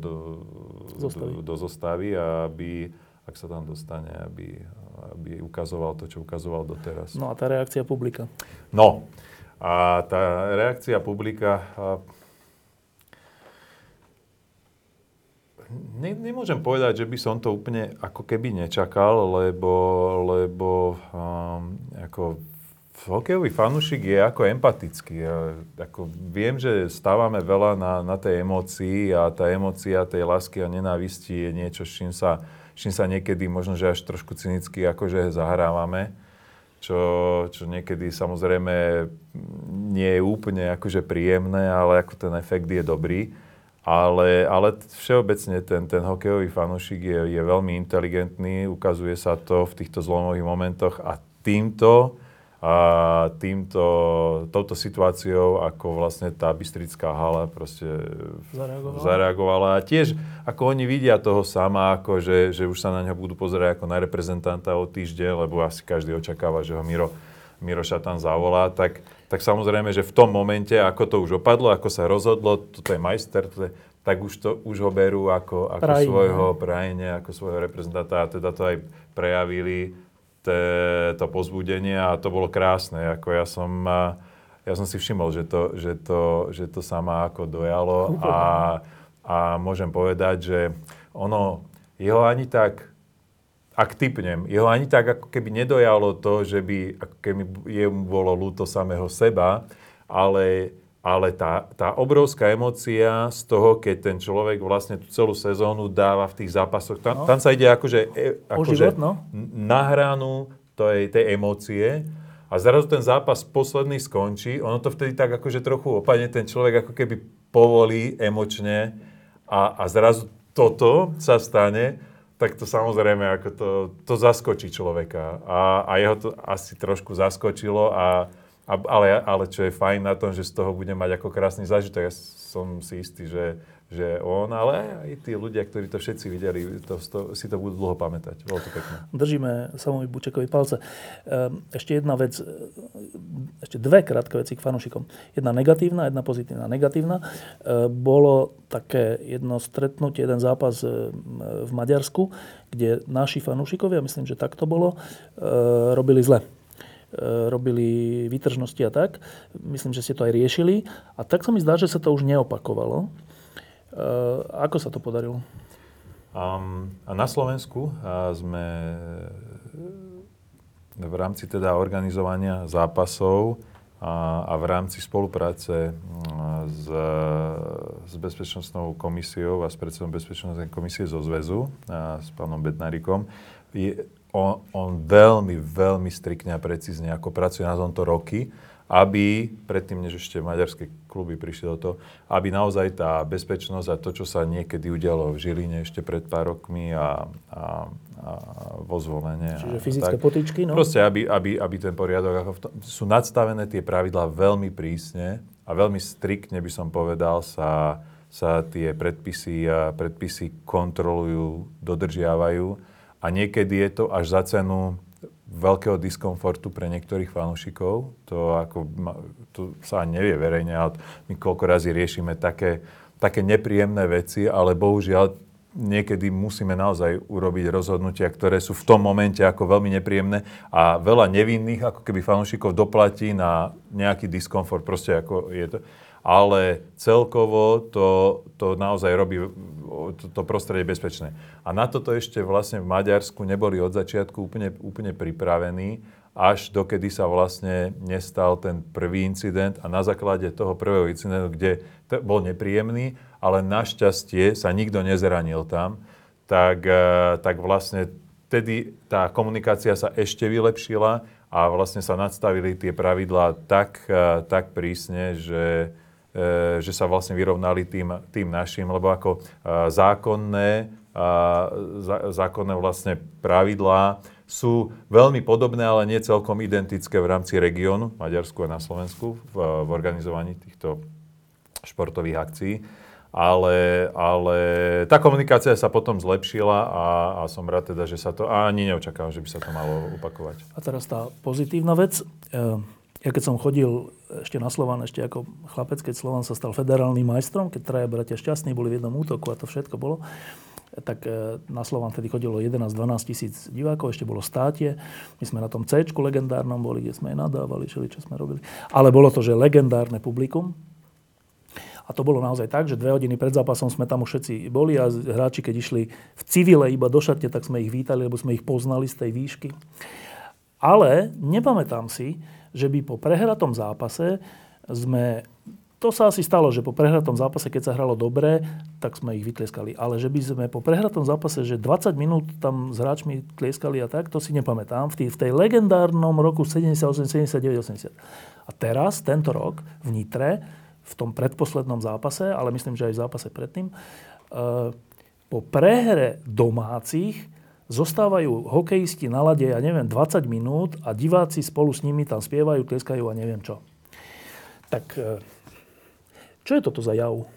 zostavy a aby, ak sa tam dostane, aby ukazoval to, čo ukazoval doteraz. No a tá reakcia publika? No a tá reakcia publika... Nemôžem povedať, že by som to úplne ako keby nečakal, lebo ako hokejový fanúšik je ako empatický. Ako viem, že stávame veľa na tej emócii a tá emócia tej lásky a nenávisti je niečo, s čím sa niekedy možno, že až trošku cynicky akože zahrávame, čo niekedy samozrejme nie je úplne akože príjemné, ale ako ten efekt je dobrý. Ale všeobecne ten hokejový fanúšik je veľmi inteligentný, ukazuje sa to v týchto zlomových momentoch a touto situáciou, ako vlastne tá bystrická hala proste zareagovala. A tiež, ako oni vidia toho sama, ako že už sa na ňo budú pozerať ako na reprezentanta o týždeň, lebo asi každý očakáva, že ho Miro Šatan zavolá, tak samozrejme, že v tom momente, ako to už opadlo, ako sa rozhodlo, toto je majster, tak už ho berú ako svojho prajenia, ako svojho reprezentanta a teda to aj prejavili to povzbudenie a to bolo krásne. Ako ja som si všimol, že to sa ma ako dojalo a môžem povedať, že jeho ani tak, ak tipnem, jeho ani tak ako keby nedojalo to, že by ako keby jemu bolo ľúto samého seba, ale tá obrovská emócia z toho, keď ten človek vlastne tú celú sezónu dáva v tých zápasoch, tam sa ide akože na hranu tej emócie a zrazu ten zápas posledný skončí, ono to vtedy tak akože trochu opadne, ten človek ako keby povolí emočne a zrazu toto sa stane, tak to samozrejme ako to zaskočí človeka a jeho to asi trošku zaskočilo ale čo je fajn na tom, že z toho bude mať ako krásny zážitok. Ja som si istý, že on, ale aj tí ľudia, ktorí to všetci videli, si to budú dlho pamätať. Bolo to pekné. Držíme Samovi Bučekovi palce. Ešte jedna vec, ešte dve krátke veci k fanúšikom. Jedna negatívna, jedna pozitívna. Negatívna. Bolo také jedno stretnutie, jeden zápas v Maďarsku, kde naši fanúšikovia, myslím, že tak to bolo, robili zle. Robili výtržnosti a tak. Myslím, že ste to aj riešili. A tak sa mi zdá, že sa to už neopakovalo. Ako sa to podarilo? Na Slovensku sme v rámci teda organizovania zápasov a v rámci spolupráce s Bezpečnostnou komisiou a s predsedom Bezpečnostnej komisie zo Zväzu s pánom Bednárikom on veľmi, veľmi striktne a precízne ako pracuje na tomto roky, aby predtým, než ešte maďarské kluby prišli do toho, aby naozaj tá bezpečnosť a to, čo sa niekedy udialo v Žiline ešte pred pár rokmi a vo Zvolene. Čiže fyzické potýčky, no? Proste, aby ten poriadok, sú nadstavené tie pravidlá veľmi prísne a veľmi striktne, by som povedal, sa tie predpisy kontrolujú, dodržiavajú. A niekedy je to až za cenu veľkého diskomfortu pre niektorých fanúšikov. To sa ani nevie verejne, ale my koľko razy riešime také nepríjemné veci, ale bohužiaľ niekedy musíme naozaj urobiť rozhodnutia, ktoré sú v tom momente ako veľmi nepríjemné a veľa nevinných ako keby fanúšikov doplatí na nejaký diskomfort. Proste ako je to. Ale celkovo to naozaj robí to prostredie bezpečné. A na toto ešte vlastne v Maďarsku neboli od začiatku úplne pripravení, až dokedy sa vlastne nestal ten prvý incident a na základe toho prvého incidentu, kde bol nepríjemný, ale našťastie sa nikto nezranil tam, tak vlastne vtedy tá komunikácia sa ešte vylepšila a vlastne sa nadstavili tie pravidlá tak prísne, že sa vlastne vyrovnali tým našim, lebo ako zákonné vlastne pravidlá sú veľmi podobné, ale nie celkom identické v rámci regiónu, v Maďarsku a na Slovensku, v organizovaní týchto športových akcií. Ale tá komunikácia sa potom zlepšila a som rád teda, že sa to... A ani neočakávam, že by sa to malo opakovať. A teraz tá pozitívna vec. Ja keď som chodil ešte na Slovan, ešte ako chlapec, keď Slovan sa stal federálnym majstrom, keď traja bratia Šťastní boli v jednom útoku a to všetko bolo, tak na Slovan vtedy chodilo 11-12 tisíc divákov, ešte bolo státie. My sme na tom C-čku legendárnom boli, kde sme aj nadávali, čo sme robili. Ale bolo to, že legendárne publikum. A to bolo naozaj tak, že 2 hodiny pred zápasom sme tam už všetci boli a hráči, keď išli v civile iba do šatne, tak sme ich vítali, lebo sme ich poznali z tej výšky. Ale nepamätám si, že by po prehratom zápase to sa asi stalo, že po prehratom zápase, keď sa hralo dobre, tak sme ich vytlieskali. Ale že by sme po prehratom zápase, že 20 minút tam s hráčmi tlieskali a tak, to si nepamätám. V tej legendárnom roku 78, 79, 80. A teraz, tento rok, v Nitre, v tom predposlednom zápase, ale myslím, že aj v zápase predtým, po prehre domácich zostávajú hokejisti na ľade, 20 minút a diváci spolu s nimi tam spievajú, tlieskajú a neviem čo. Tak čo je toto za jav?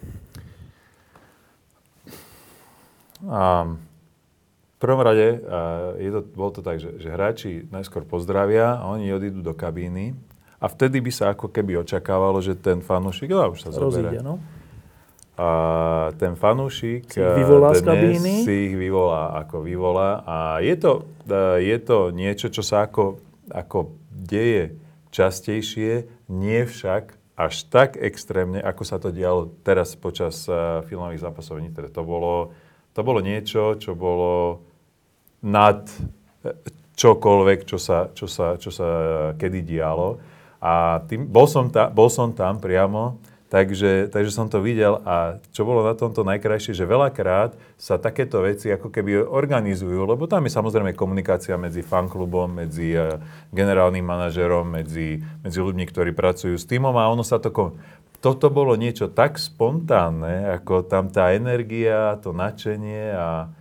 V prvom rade bolo to tak, že hráči najskôr pozdravia a oni odídu do kabíny a vtedy by sa ako keby očakávalo, že ten fanúšik, už sa zoberie. Rozíde, no. A ten fanúšik dnes si ich vyvolá a je to niečo, čo sa ako deje častejšie, nie však až tak extrémne, ako sa to dialo teraz počas filmových zápasov v Nitre. To bolo niečo, čo bolo nad čokoľvek, čo sa kedy dialo. A bol som tam priamo, takže som to videl a čo bolo na tomto najkrajšie, že veľakrát sa takéto veci ako keby organizujú, lebo tam je samozrejme komunikácia medzi fanklubom, medzi generálnym manažerom, medzi ľuďmi, ktorí pracujú s tímom a ono sa toto bolo niečo tak spontánne, ako tam tá energia, to nadšenie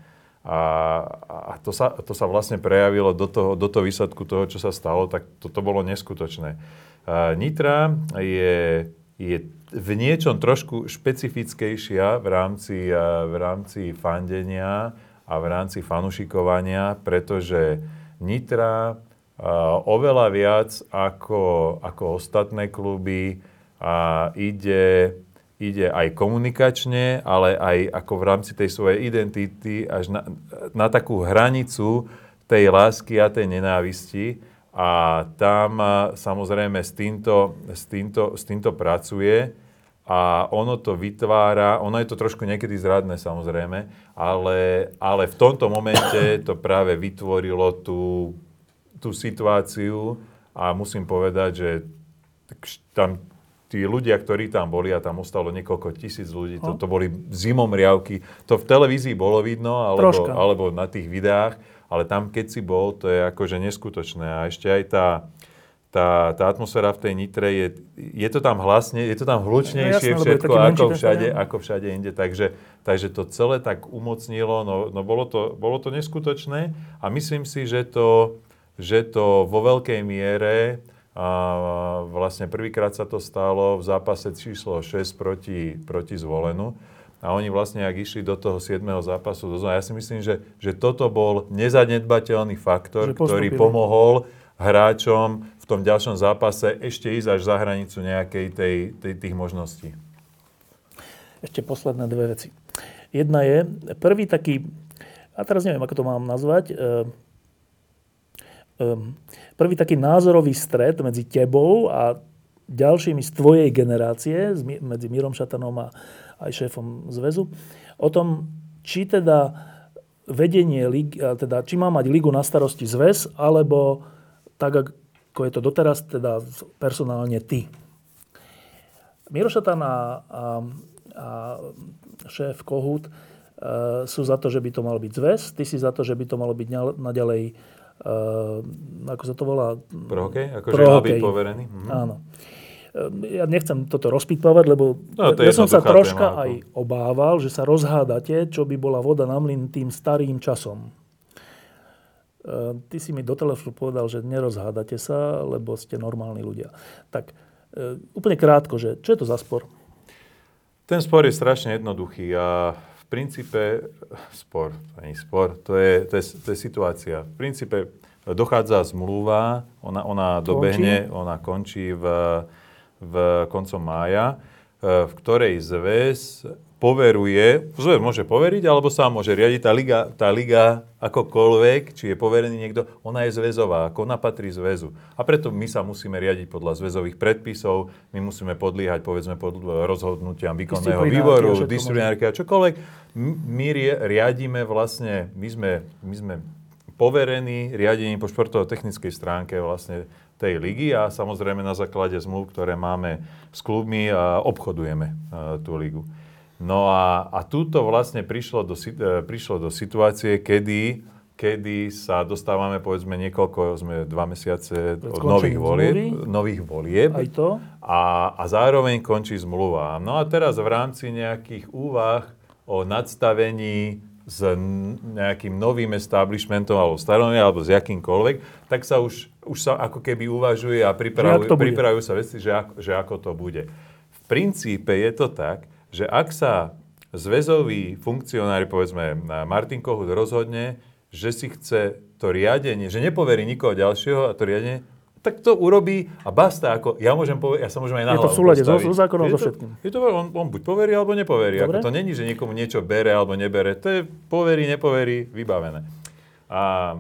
a to sa vlastne prejavilo do toho výsledku toho, čo sa stalo, tak toto bolo neskutočné. Nitra je v niečom trošku špecifickejšia v rámci fandenia a v rámci fanušikovania, pretože Nitra oveľa viac ako ostatné kluby ide aj komunikačne, ale aj ako v rámci tej svojej identity až na takú hranicu tej lásky a tej nenávisti. A tam samozrejme s týmto pracuje a ono to vytvára, ono je to trošku niekedy zradné samozrejme, ale v tomto momente to práve vytvorilo tú situáciu a musím povedať, že tam tí ľudia, ktorí tam boli a tam ostalo niekoľko tisíc ľudí, to boli zimomriavky, to v televízii bolo vidno alebo na tých videách, ale tam, keď si bol, to je akože neskutočné. A ešte aj tá atmosféra v tej Nitre je to tam hlasne, je to tam hlučnejšie všetko ako všade inde. Takže to celé tak umocnilo, no bolo to neskutočné a myslím si, že to vo veľkej miere vlastne prvýkrát sa to stalo v zápase číslo 6 proti Zvolenu. a oni vlastne, ak išli do toho 7. zápasu, ja si myslím, že toto bol nezanedbateľný faktor, ktorý pomohol hráčom v tom ďalšom zápase ešte ísť až za hranicu nejakej tých možností. Ešte posledné dve veci. Jedna je, prvý taký, a teraz neviem, ako to mám nazvať, prvý taký názorový stret medzi tebou a ďalšími z tvojej generácie, medzi Mírom Šatanom a aj šéfom zväzu, o tom, či teda vedenie ligy, teda či má mať ligu na starosti zväz, alebo tak, ako je to doteraz, teda personálne ty. Miro Šatan a šéf Kohút sú za to, že by to mal byť zväz. Ty si za to, že by to malo byť naďalej, ako sa to volá? Pro hokej? Akože mal byť poverený? Áno. Ja nechcem toto rozpitpovať, lebo ja som sa troška aj obával, že sa rozhádate, čo by bola voda na mlyn tým starým časom. Ty si mi do telefónu povedal, že nerozhádate sa, lebo ste normálni ľudia. Tak úplne krátko, že čo je to za spor? Ten spor je strašne jednoduchý a v princípe to je situácia. V princípe dochádza zmluva, ona dobehne, ona končí v koncom mája, v ktorej zväz poveruje, zväz môže poveriť, alebo sám môže riadiť. Tá liga akokoľvek, či je poverený niekto, ona je zväzová, ako ona patrí zväzu. A preto my sa musíme riadiť podľa zväzových predpisov, my musíme podliehať, povedzme, pod rozhodnutiam výkonného výboru, disciplinárky a čokoľvek. My riadíme vlastne, my sme poverení riadením po športovo-technickej stránke vlastne tej ligy a samozrejme na základe zmluv, ktoré máme s klubmi, obchodujeme tú ligu. No a túto vlastne prišlo do situácie, kedy sa dostávame, povedzme, sme 2 mesiace od nových volieb. Aj to. A zároveň končí zmluva. No a teraz v rámci nejakých úvah o nadstavení s nejakým novým establishmentom alebo starom, alebo s jakýmkoľvek, tak sa už sa ako keby uvažuje a pripravujú sa veci, že ako to bude. V princípe je to tak, že ak sa zväzoví funkcionári, povedzme Martin Kohút, rozhodne, že si chce to riadenie, že nepoverí nikoho ďalšieho a to riadenie, tak to urobí a basta. Ja sa môžem aj na hlavu postaviť. Je to v súlade so zákonom, so všetkým. On buď poverí, alebo nepoverí. Ako to není, že niekomu niečo bere alebo nebere. To je poverí, nepoverí, vybavené. A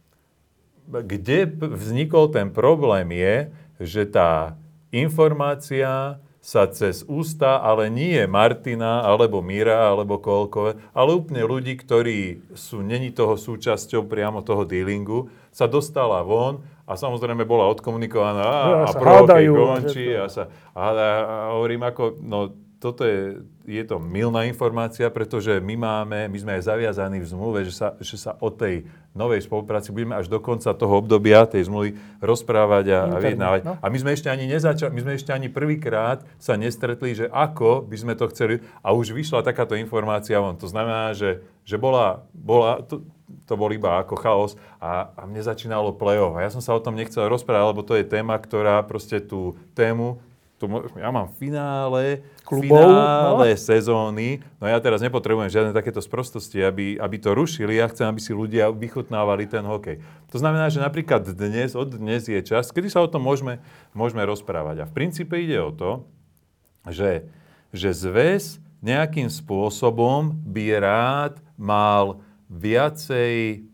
kde vznikol ten problém je, že tá informácia sa cez ústa, ale nie Martina, alebo Míra, alebo koľkové, ale úplne ľudí, ktorí není toho súčasťou priamo toho dealingu, sa dostala von a samozrejme bola odkomunikovaná a prohokej končí a hovorím ako, no toto je to mylná informácia, pretože my sme aj zaviazaní v zmluve, že sa o tej novej spolupráci budeme až do konca toho obdobia tej zmluvy rozprávať a vyjednávať. No. A my sme ešte ani prvýkrát sa nestretli, že ako by sme to chceli. A už vyšla takáto informácia von. To znamená, že to bol iba ako chaos a mne začínalo play-off. A ja som sa o tom nechcel rozprávať, lebo to je téma, ktorá proste tú tému, ja mám finále sezóny, no ja teraz nepotrebujem žiadne takéto sprostosti, aby to rušili. Ja chcem, aby si ľudia vychutnávali ten hokej. To znamená, že napríklad od dnes je čas, kedy sa o tom môžeme rozprávať. A v princípe ide o to, že zväz nejakým spôsobom by rád mal viacej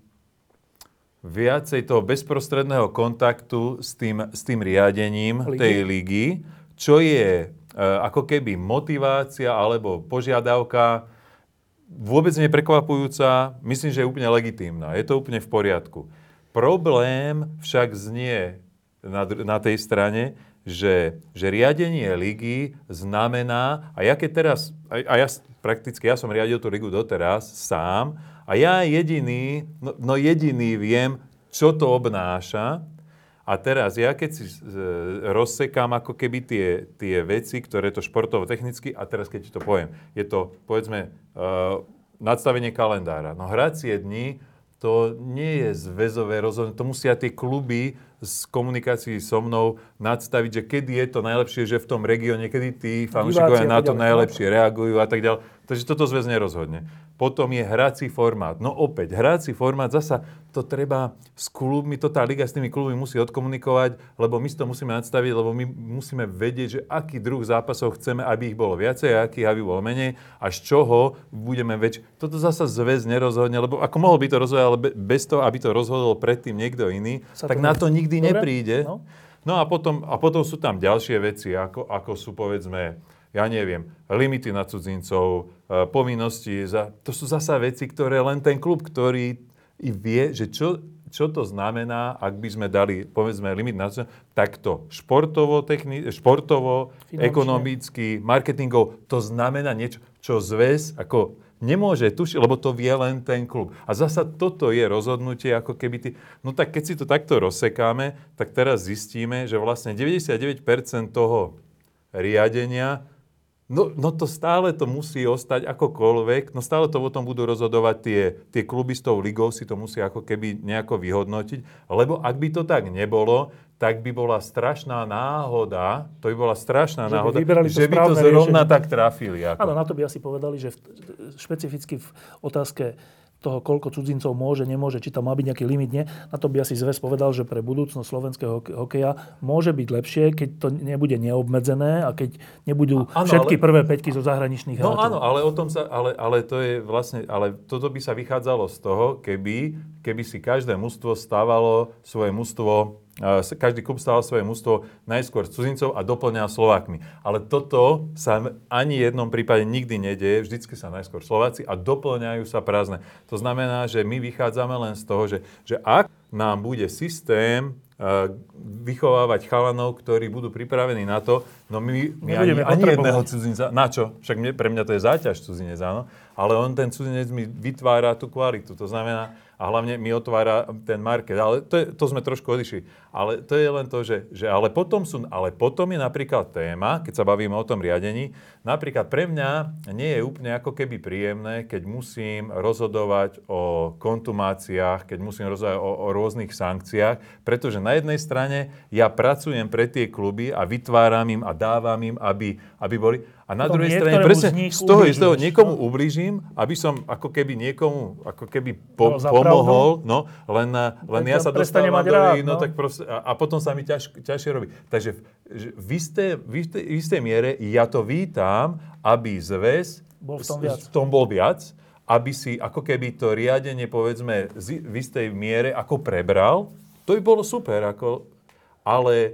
toho bezprostredného kontaktu s tým riadením tej ligy, čo je ako keby motivácia alebo požiadavka vôbec neprekvapujúca, myslím, že je úplne legitímna. Je to úplne v poriadku. Problém však znie na tej strane, že riadenie ligy znamená, a ja keď teraz, ja som riadil tú ligu doteraz sám, a ja jediný viem, čo to obnáša. A teraz ja keď si rozsekám ako keby tie veci, ktoré to športovo technicky, a teraz keď ti to poviem, je to, povedzme, nadstavenie kalendára. No hracie dni, to nie je zväzové rozhodnutie, to musia tie kluby z komunikácií so mnou nadstaviť, že kedy je to najlepšie, že v tom regióne, kedy tí fanúšikovia na to najlepšie reagujú a tak ďalej. To Takže toto zväz nerozhodne. Potom je hrací formát. No opäť, hrací formát, zasa to treba s klubmi, to tá liga s tými klubmi musí odkomunikovať, lebo my si to musíme nadstaviť, lebo my musíme vedieť, že aký druh zápasov chceme, aby ich bolo viacej, a akých, aby bolo menej, a z čoho budeme Toto zasa zväz nerozhodne, lebo ako mohol by to rozhodnúť, ale bez toho, aby to rozhodol predtým niekto iný, tak na to nikdy nepríde. No a potom sú tam ďalšie veci, ako sú, povedzme, ja neviem, limity na cudzincov, povinnosti. To sú zasa veci, ktoré len ten klub, ktorý vie, že čo to znamená, ak by sme dali, povedzme, limit na cudzincov, takto športovo, ekonomicky, marketingov, to znamená niečo, čo zväz ako nemôže tušiť, lebo to vie len ten klub. A zasa toto je rozhodnutie, ako keby No tak keď si to takto rozsekáme, tak teraz zistíme, že vlastne 99% toho riadenia, no to stále to musí ostať akokoľvek, no stále to o tom budú rozhodovať tie kluby s tou ligou, si to musí ako keby nejako vyhodnotiť, lebo ak by to tak nebolo, tak by bola strašná náhoda, že by to zrovna tak trafili. Áno, na to by asi povedali, že špecificky v otázke toho, koľko cudzincov môže, nemôže, či tam má byť nejaký limit, nie. Na to by asi zväz povedal, že pre budúcnosť slovenského hokeja môže byť lepšie, keď to nebude neobmedzené a keď nebudú všetky prvé päťky zo zahraničných hráčov. No áno, ale o tom ale to je vlastne, ale toto by sa vychádzalo z toho, keby si každé mužstvo stávalo svoje mužstvo, každý klub stával svoje mužstvo najskôr s cudzincov a doplňal Slovákmi. Ale toto sa ani v jednom prípade nikdy nedieje. Vždycky sa najskôr Slováci a doplňajú sa prázdne. To znamená, že my vychádzame len z toho, že ak nám bude systém vychovávať chalanov, ktorí budú pripravení na to, no my ani jedného cudzinca, na čo? Však pre mňa to je záťaž cudzinec, áno, ale on ten cudzinec mi vytvára tú kvalitu. To znamená, a hlavne mi otvára ten market. Ale to sme trošku odišli. Ale to je len to, že ale potom je napríklad téma, keď sa bavíme o tom riadení, napríklad pre mňa nie je úplne ako keby príjemné, keď musím rozhodovať o kontumáciách, keď musím rozhodovať o rôznych sankciách, pretože na jednej strane ja pracujem pre tie kluby a vytváram im a dávam im, aby boli. A na druhej strane presne z toho niekomu ublížim, aby som ako keby niekomu pomohol, no, len ja sa dostávam do no tak proste, a potom sa mi ťažšie robí. Takže v istej miere ja to vítam, aby zväz v tom bol viac, aby si ako keby to riadenie, povedzme, v istej miere ako prebral. To by bolo super, ale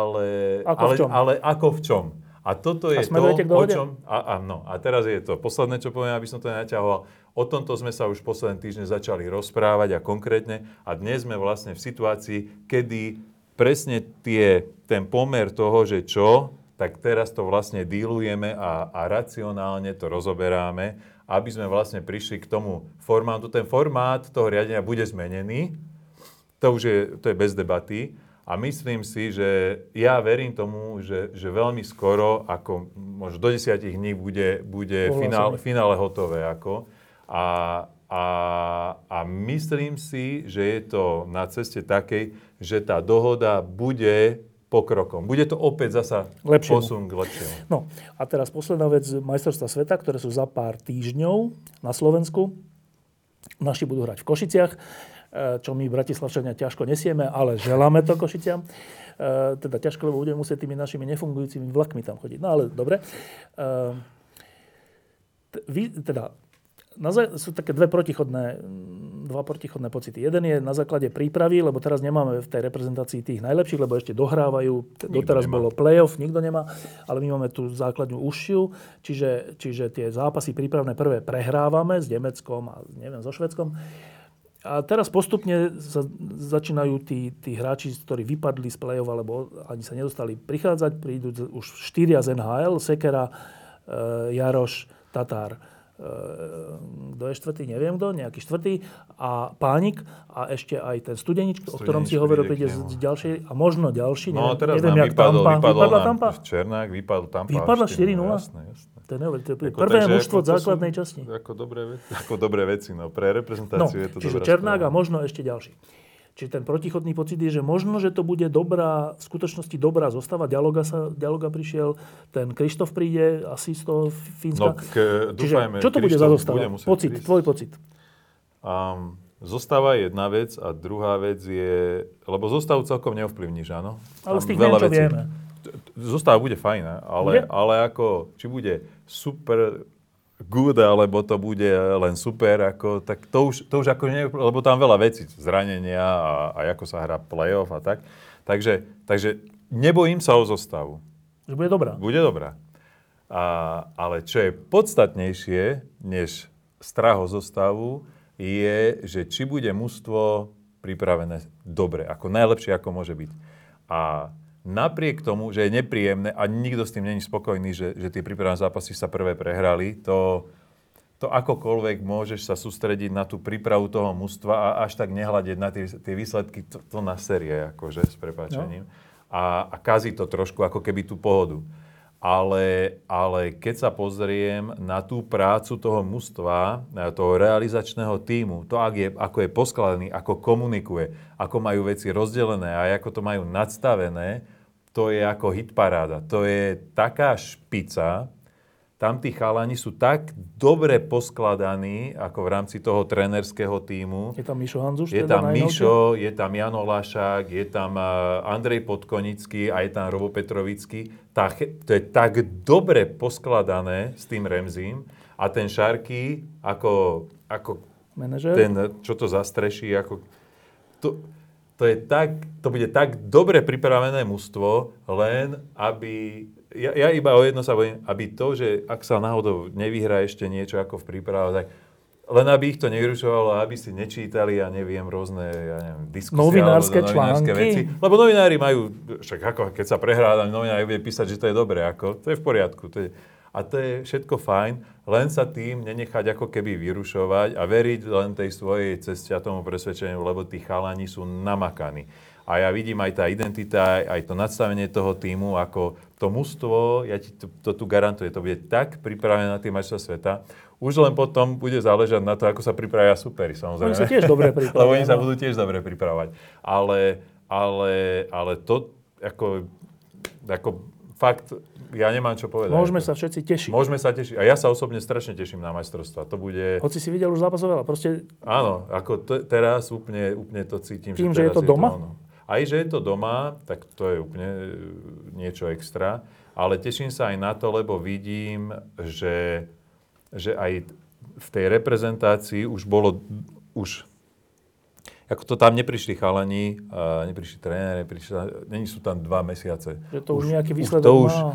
ako v čom? A toto je to, o čom... A teraz je to posledné, čo poviem, aby som to nenaťahoval. O tomto sme sa už posledné týždne začali rozprávať a konkrétne. A dnes sme vlastne v situácii, kedy presne ten pomer toho, že čo, tak teraz to vlastne dílujeme a racionálne to rozoberáme, aby sme vlastne prišli k tomu formátu. Ten formát toho riadenia bude zmenený. To je bez debaty. A myslím si, že ja verím tomu, že veľmi skoro, ako možno do 10 dní bude finále hotové. A myslím si, že je to na ceste takej, že tá dohoda bude pokrokom. Bude to opäť zasa posun k lepšiemu. No a teraz posledná vec, majstrovstvá sveta, ktoré sú za pár týždňov na Slovensku. Naši budú hrať v Košiciach, čo my Bratislavčania ťažko nesieme, ale želáme to Košiciam. Teda ťažko, lebo budeme musieť tými našimi nefungujúcimi vlakmi tam chodiť. No ale dobre. Sú také dva protichodné pocity. Jeden je na základe prípravy, lebo teraz nemáme v tej reprezentácii tých najlepších, lebo ešte dohrávajú. Doteraz bolo play-off, nikto nemá, ale my máme tú základňu užšiu, čiže tie zápasy prípravné prvé prehrávame s Nemeckom a neviem, so Švédskom. A teraz postupne začínajú tí hráči, ktorí vypadli z play-off, alebo ani sa nedostali prichádzať, prídu už 4 z NHL, Sekera, Jaroš, Tatár. Kto je štvrtý? Neviem kto, nejaký štvrtý. A Pánik a ešte aj ten Studenič, o ktorom si hovoril, príde z ďalšej a možno ďalší. No teraz nám vypadla Tampa. Černák, vypadol Tampa. Vypadla 4-0? Jasné. To je prvé mužstvo v základnej časti. Ako dobré veci. No, pre reprezentáciu je to dobrá čiže Černák a možno ešte ďalší. Čiže ten protichodný pocit je, že možno, že to bude dobrá, v skutočnosti dobrá zostava. Dialoga prišiel, ten Krištof príde asi z toho Fínska. Dúfajme, čo to bude za zostava? Pocit, tvoj pocit. Zostava je jedna vec a druhá vec je, lebo zostavu celkom neovplyvníš, áno? Ale z tých veľa vecí vieme. Zostava bude fajná, ale ako, či bude super good, alebo to bude len super, ako, tak to už ako nie, lebo tam veľa vecí, zranenia a ako sa hrá play-off a tak. Takže nebojím sa o zostavu. Že bude dobrá. Bude dobrá. Ale čo je podstatnejšie, než strach o zostavu, je, že či bude mužstvo pripravené dobre, ako najlepšie, ako môže byť. A napriek tomu, že je nepríjemné a nikto s tým není spokojný, že tie prípravné zápasy sa prvé prehrali, to akokoľvek môžeš sa sústrediť na tú prípravu toho mužstva a až tak nehľadiť na tie výsledky, to na série, akože, s prepáčením. No. A kazí to trošku ako keby tú pohodu. Ale keď sa pozriem na tú prácu toho mužstva, toho realizačného tímu, to ako je poskladaný, ako komunikuje, ako majú veci rozdelené a ako to majú nadstavené, to je ako hitparáda. To je taká špica. Tam tí chalani sú tak dobre poskladaní, ako v rámci toho trénerského tímu. Je tam Mišo Hanzuš? Je tam Mišo, je tam Jano Lašák, je tam Andrej Podkonický a je tam Robo Petrovický. To je tak dobre poskladané s tým Remzím. A ten Šarky, ako manažer? Ten, čo to zastreší, ako... To bude tak dobre pripravené mužstvo, len aby... Ja iba o jedno sa bojím, aby to, že ak sa náhodou nevyhrá ešte niečo ako v príprave, tak len aby ich to nevyrušovalo, aby si nečítali, ja neviem, rôzne diskusie. Novinárske články. Veci. Lebo novinári majú, však ako keď sa prehrá, novinári bude písať, že to je dobré, ako, to je v poriadku. A to je všetko fajn, len sa tým nenechať ako keby vyrušovať a veriť len tej svojej ceste a tomu presvedčeniu, lebo tí chalani sú namakaní. A ja vidím aj tá identita, aj to nadstavenie toho tímu, ako to mužstvo, ja ti to tu garantujem, to bude tak pripravené na tým majstrovstvá sveta. Už len potom bude záležať na to, ako sa pripravia superi, samozrejme. Oni sa tiež dobre pripravujú. Lebo oni sa budú tiež dobre pripravovať. Ale to ako fakt, ja nemám čo povedať. Môžeme sa všetci tešiť. Môžeme sa tešiť. A ja sa osobne strašne teším na majstrovstvá. To bude... Hoci si videl už zápasov veľa, proste... Áno, ako teraz úplne to cítim. Tým, že je to doma? Aj, že je to doma, tak to je úplne niečo extra. Ale teším sa aj na to, lebo vidím, že aj v tej reprezentácii ako to tam neprišli chalani, neprišli tréneri, není sú tam 2 mesiace. Že to už nejaký výsledok má.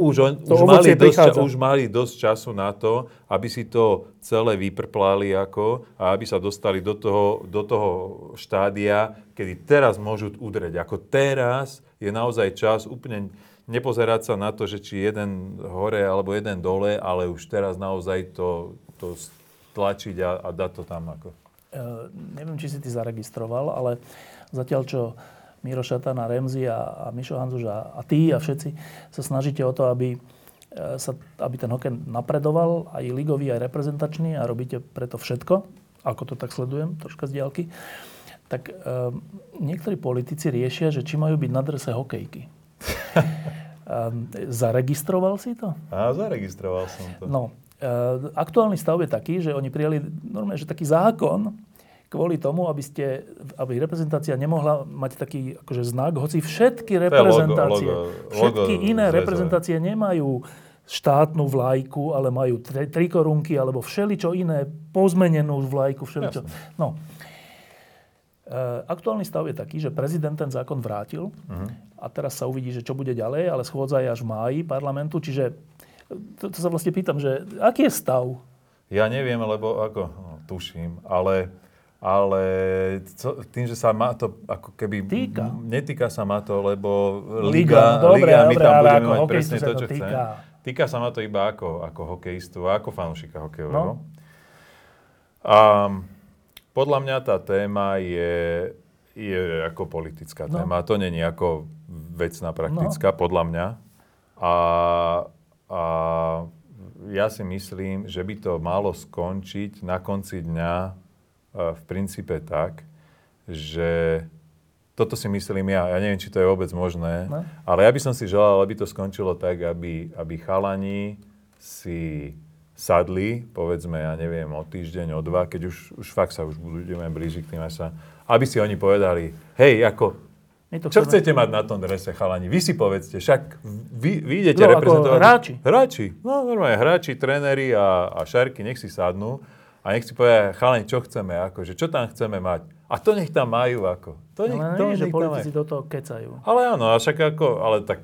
Už mali dosť času na to, aby si to celé vyprplali a aby sa dostali do toho štádia, kedy teraz môžu udreť. Ako teraz je naozaj čas úplne nepozerať sa na to, že či jeden hore alebo jeden dole, ale už teraz naozaj to tlačiť a dať to tam ako. Neviem, či si ty zaregistroval, ale zatiaľ, čo Miro Šatana, Remzi a Mišo Hanzuš a ty a všetci sa snažíte o to, aby ten hokej napredoval, aj ligový, aj reprezentačný, a robíte preto všetko, ako to tak sledujem, troška z diaľky, tak niektorí politici riešia, že či majú byť na drese hokejky. Zaregistroval si to? Zaregistroval som to. No. Aktuálny stav je taký, že oni prijali normálne, že taký zákon kvôli tomu, aby reprezentácia nemohla mať taký akože znak, hoci všetky reprezentácie, všetky iné reprezentácie nemajú štátnu vlajku, ale majú trikorunky alebo všeličo iné, pozmenenú vlajku, všeličo. No. Aktuálny stav je taký, že prezident ten zákon vrátil a teraz sa uvidí, že čo bude ďalej, ale schôdza je až v máji parlamentu, čiže to sa vlastne pýtam, že aký je stav? Ja neviem, lebo tuším, ale tým, že sa ma to ako keby... Netýka sa ma to, lebo Liga my tam budeme mať presne to, čo chcem. Týka sa ma to iba ako hokejistu a ako fanúšika hokejového. Podľa mňa tá téma je ako politická téma. To nie je ako vecná, praktická, podľa mňa. A ja si myslím, že by to malo skončiť na konci dňa v princípe tak, že toto si myslím ja. Ja neviem, či to je vôbec možné, No. ale ja by som si želal, aby to skončilo tak, aby chalani si sadli, povedzme, ja neviem, o týždeň, o dva, keď už fakt sa už budeme blížiť k tým sa, aby si oni povedali, hej, ako, čo chcete mať na tom drese, chalani? Vy si povedzte, však vy idete reprezentovať. Hráči. No, normálne, hráči, tréneri a šarky, nech si sadnú a nech si povedia, chalani, čo chceme, akože, čo tam chceme mať. A to nech tam majú, ako. To nie, že politici do toho kecajú. Ale áno, však ako, ale tak,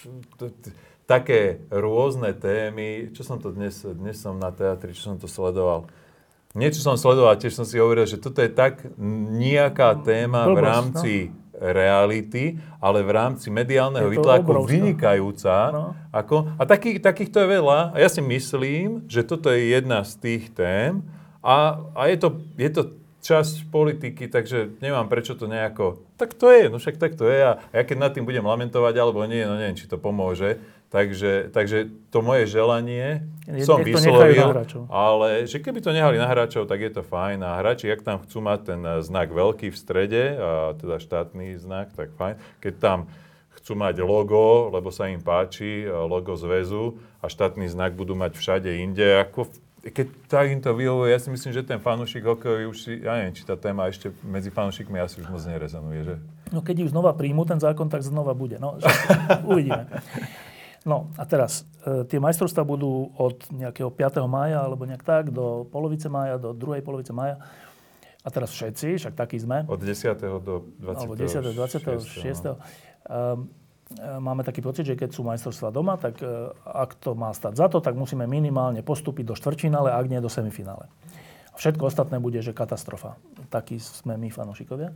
také rôzne témy, čo som to dnes som na teatri, čo som to sledoval. Niečo som sledoval, tiež som si hovoril, že toto je tak nejaká téma v rámci reality, ale v rámci mediálneho výtlaku vynikajúca. No. A takýchto je veľa. A ja si myslím, že toto je jedna z tých tém a je to časť politiky, takže nemám prečo to nejako... Tak to je, no však tak to je. A ja keď nad tým budem lamentovať, alebo nie, no neviem, či to pomôže. Takže to moje želanie som vyslovil, ale že keby to nehali na hráčov, tak je to fajn. A hráči, ak tam chcú mať ten znak veľký v strede, a teda štátny znak, tak fajn. Keď tam chcú mať logo, lebo sa im páči, logo zväzu a štátny znak budú mať všade inde, ako keď tak im to vyhovuje, ja si myslím, že ten fanúšik hokejový už si, ja neviem, či tá téma ešte medzi fanúšikmi asi už moc nerezonuje, že? No keď ju znova príjmu ten zákon, tak znova bude. No, uvidíme. No a teraz, tie majstrovstvá budú od nejakého 5. mája, alebo nejak tak, do polovice mája, do druhej polovice mája. A teraz všetci, však takí sme. Od 10. do 26. Alebo 10. do 26. Máme taký pocit, že keď sú majstrovstvá doma, tak ak to má stať za to, tak musíme minimálne postúpiť do štvrťfinále, ak nie do semifinále. A všetko ostatné bude, že katastrofa. Takí sme my, fanúšikovia.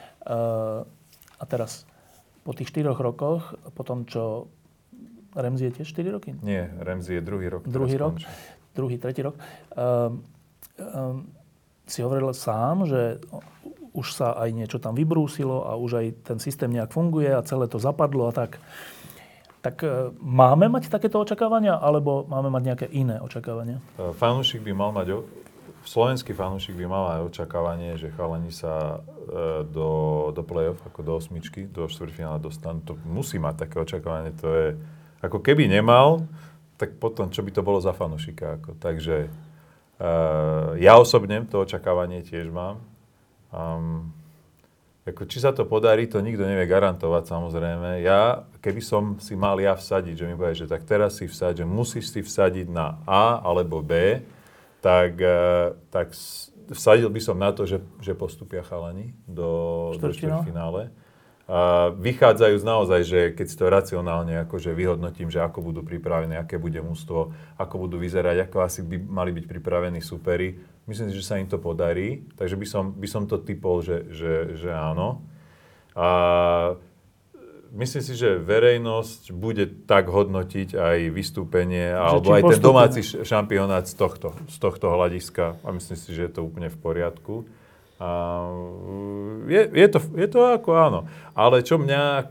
A teraz, po tých 4 rokoch, po tom, čo Remzi je tiež 4 roky? Nie, Remzi je druhý rok. Tretí rok. Si hovoril sám, že už sa aj niečo tam vybrúsilo a už aj ten systém nejak funguje a celé to zapadlo a tak. Tak máme mať takéto očakávania, alebo máme mať nejaké iné očakávania? Slovenský fanúšik by mal aj očakávanie, že chalani sa do play-off, ako do osmičky, do štvrťfinále dostanú. To musí mať také očakávanie. To je, ako keby nemal, tak potom, čo by to bolo za fanúšika. Takže ja osobne to očakávanie tiež mám. Či sa to podarí, to nikto nevie garantovať, samozrejme. Keby som si mal vsadiť, že mi povie, že tak teraz si vsadiť, že musíš si vsadiť na A alebo B, tak vsadil by som na to, že postupia chalani do štvrťfinále. Vychádzajú naozaj, že keď si to racionálne akože vyhodnotím, že ako budú pripravení, aké bude mužstvo, ako budú vyzerať, ako asi by mali byť pripravení superi. Myslím si, že sa im to podarí, takže by som to typol, že áno. A myslím si, že verejnosť bude tak hodnotiť aj vystúpenie, alebo aj ten domáci šampionát z tohto hľadiska. A myslím si, že je to úplne v poriadku. A je to ako áno. Ale čo mňa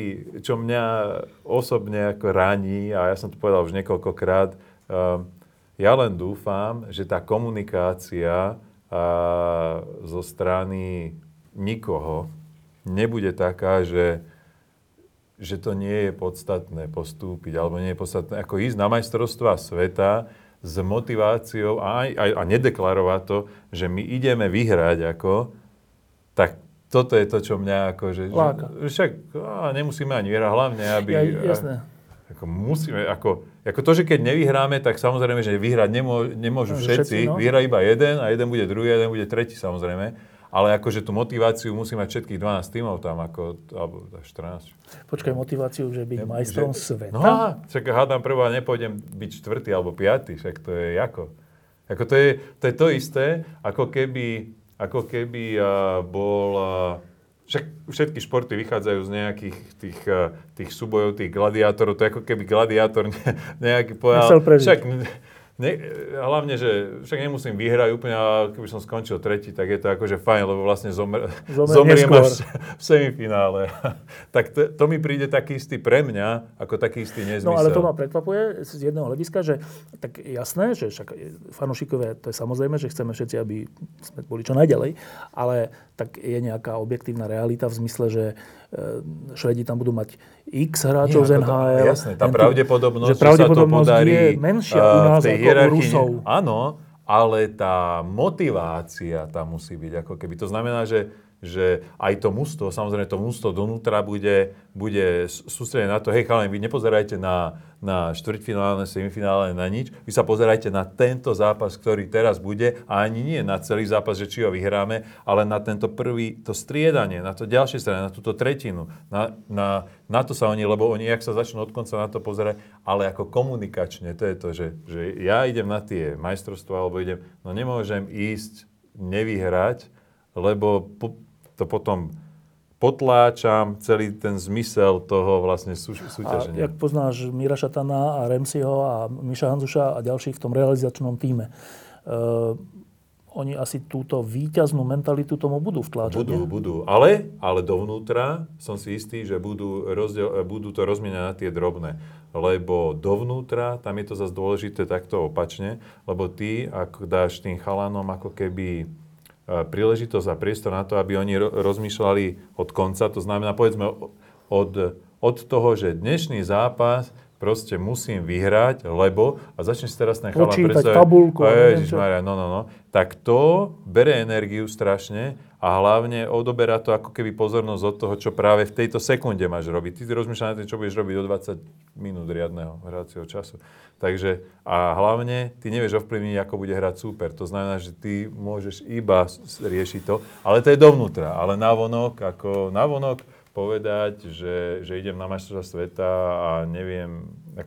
osobne ako raní, a ja som to povedal už niekoľkokrát, ja len dúfam, že tá komunikácia zo strany nikoho nebude taká, že to nie je podstatné postúpiť, alebo nie je podstatné ako ísť na majstrovstvá sveta s motiváciou a nedeklarovať to, že my ideme vyhrať, tak toto je to, čo mňa však nemusíme ani vyhrať, hlavne, aby... Jasné. Musíme, to, že keď nevyhráme, tak samozrejme, že vyhrať nemôžu všetci. No. Vyhrá iba jeden a jeden bude druhý, jeden bude tretí, samozrejme. Ale akože tú motiváciu musí mať všetkých 12 tímov tam, alebo 14. Počkaj, motiváciu, že byť majstrom sveta? No, však hádam prvá, nepôjdem byť 4. alebo 5. Však to je ako. To je to isté, ako keby bol... Však všetky športy vychádzajú z nejakých tých súbojov, tých gladiátorov. To je ako keby gladiátor nejaký povedal... Však hlavne, že však nemusím vyhrať úplne, ale keby som skončil tretí, tak je to akože fajn, lebo vlastne zomriem až v semifinále. Tak to mi príde taký istý pre mňa, ako taký istý nezmysel. No ale to ma prekvapuje z jedného hľadiska, že tak jasné, že však fanúšikovia, to je samozrejme, že chceme všetci, aby sme boli čo najďalej, ale tak je nejaká objektívna realita v zmysle, že Švédi tam budú mať X hráčov z NHL. Jasné, tá pravdepodobnosť, že sa to podarí je menšia u nás ako u Rusov. Áno, ale tá motivácia tam musí byť ako keby. To znamená, že aj to mužstvo, samozrejme to mužstvo donútra bude sústredené na to, hej chalani, vy nepozerajte na štvrťfinále, semifinále, na nič, vy sa pozerajte na tento zápas, ktorý teraz bude a ani nie na celý zápas, že či ho vyhráme, ale na tento prvý, to striedanie, na to ďalšie striedanie, na túto tretinu, na to sa oni, lebo oni, jak sa začnú od konca na to pozerať, ale ako komunikačne, to je to, že ja idem na tie majstrovstvá, alebo idem, no nemôžem ísť nevyhrať, lebo to potom potláčam celý ten zmysel toho vlastne súťaženia. A jak poznáš Míra Šatana a Remziho a Miša Hanzuša a ďalších v tom realizačnom tíme, oni asi túto víťaznú mentalitu tomu budú vtláčať. Budú. Ale dovnútra som si istý, že budú to rozmieňať na tie drobné. Lebo dovnútra, tam je to zase dôležité takto opačne, lebo ty, ak dáš tým chalanom ako keby príležitosť a priestor na to, aby oni rozmýšľali od konca. To znamená, povedzme, od toho, že dnešný zápas proste musím vyhrať, lebo, a začne si teraz ten chalan počítať tabulku. Ježišmaria, no. Tak to bere energiu strašne a hlavne odoberá to ako keby pozornosť od toho, čo práve v tejto sekunde máš robiť. Ty rozmýšľaš na tým, čo budeš robiť do 20 minút riadneho hracieho času. Takže a hlavne ty nevieš ovplyvniť, ako bude hrať súper. To znamená, že ty môžeš iba riešiť to, ale to je dovnútra. Ale navonok povedať, že idem na majstrovstvá sveta a neviem,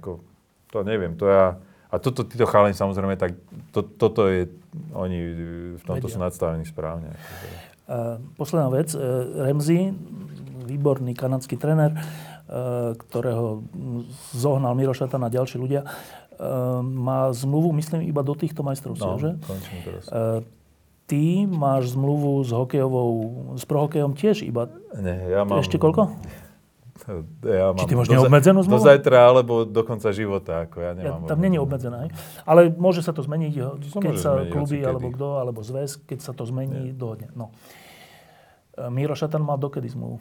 a títo chalani samozrejme, tak toto je, oni v tomto sú nadstavení správne. Posledná vec, Remzi, výborný kanadský tréner, ktorého zohnal Miro Šatan a ďalší ľudia, má zmluvu, myslím, iba do týchto majstrovstiev, že? Končím teraz. Ty máš zmluvu s prohokejom tiež iba... Nie, ja mám... Ešte koľko? Ja mám či ty máš neobmedzenú zmluvu? Do zajtra, alebo do konca života, ako ja nemám. Tam nie je obmedzená, hej? Ale môže sa to zmeniť, keď sa kluby, alebo kto, alebo zväz, keď sa to zmení, dohodne. No. Miro Šatan mal dokedy zmluvu?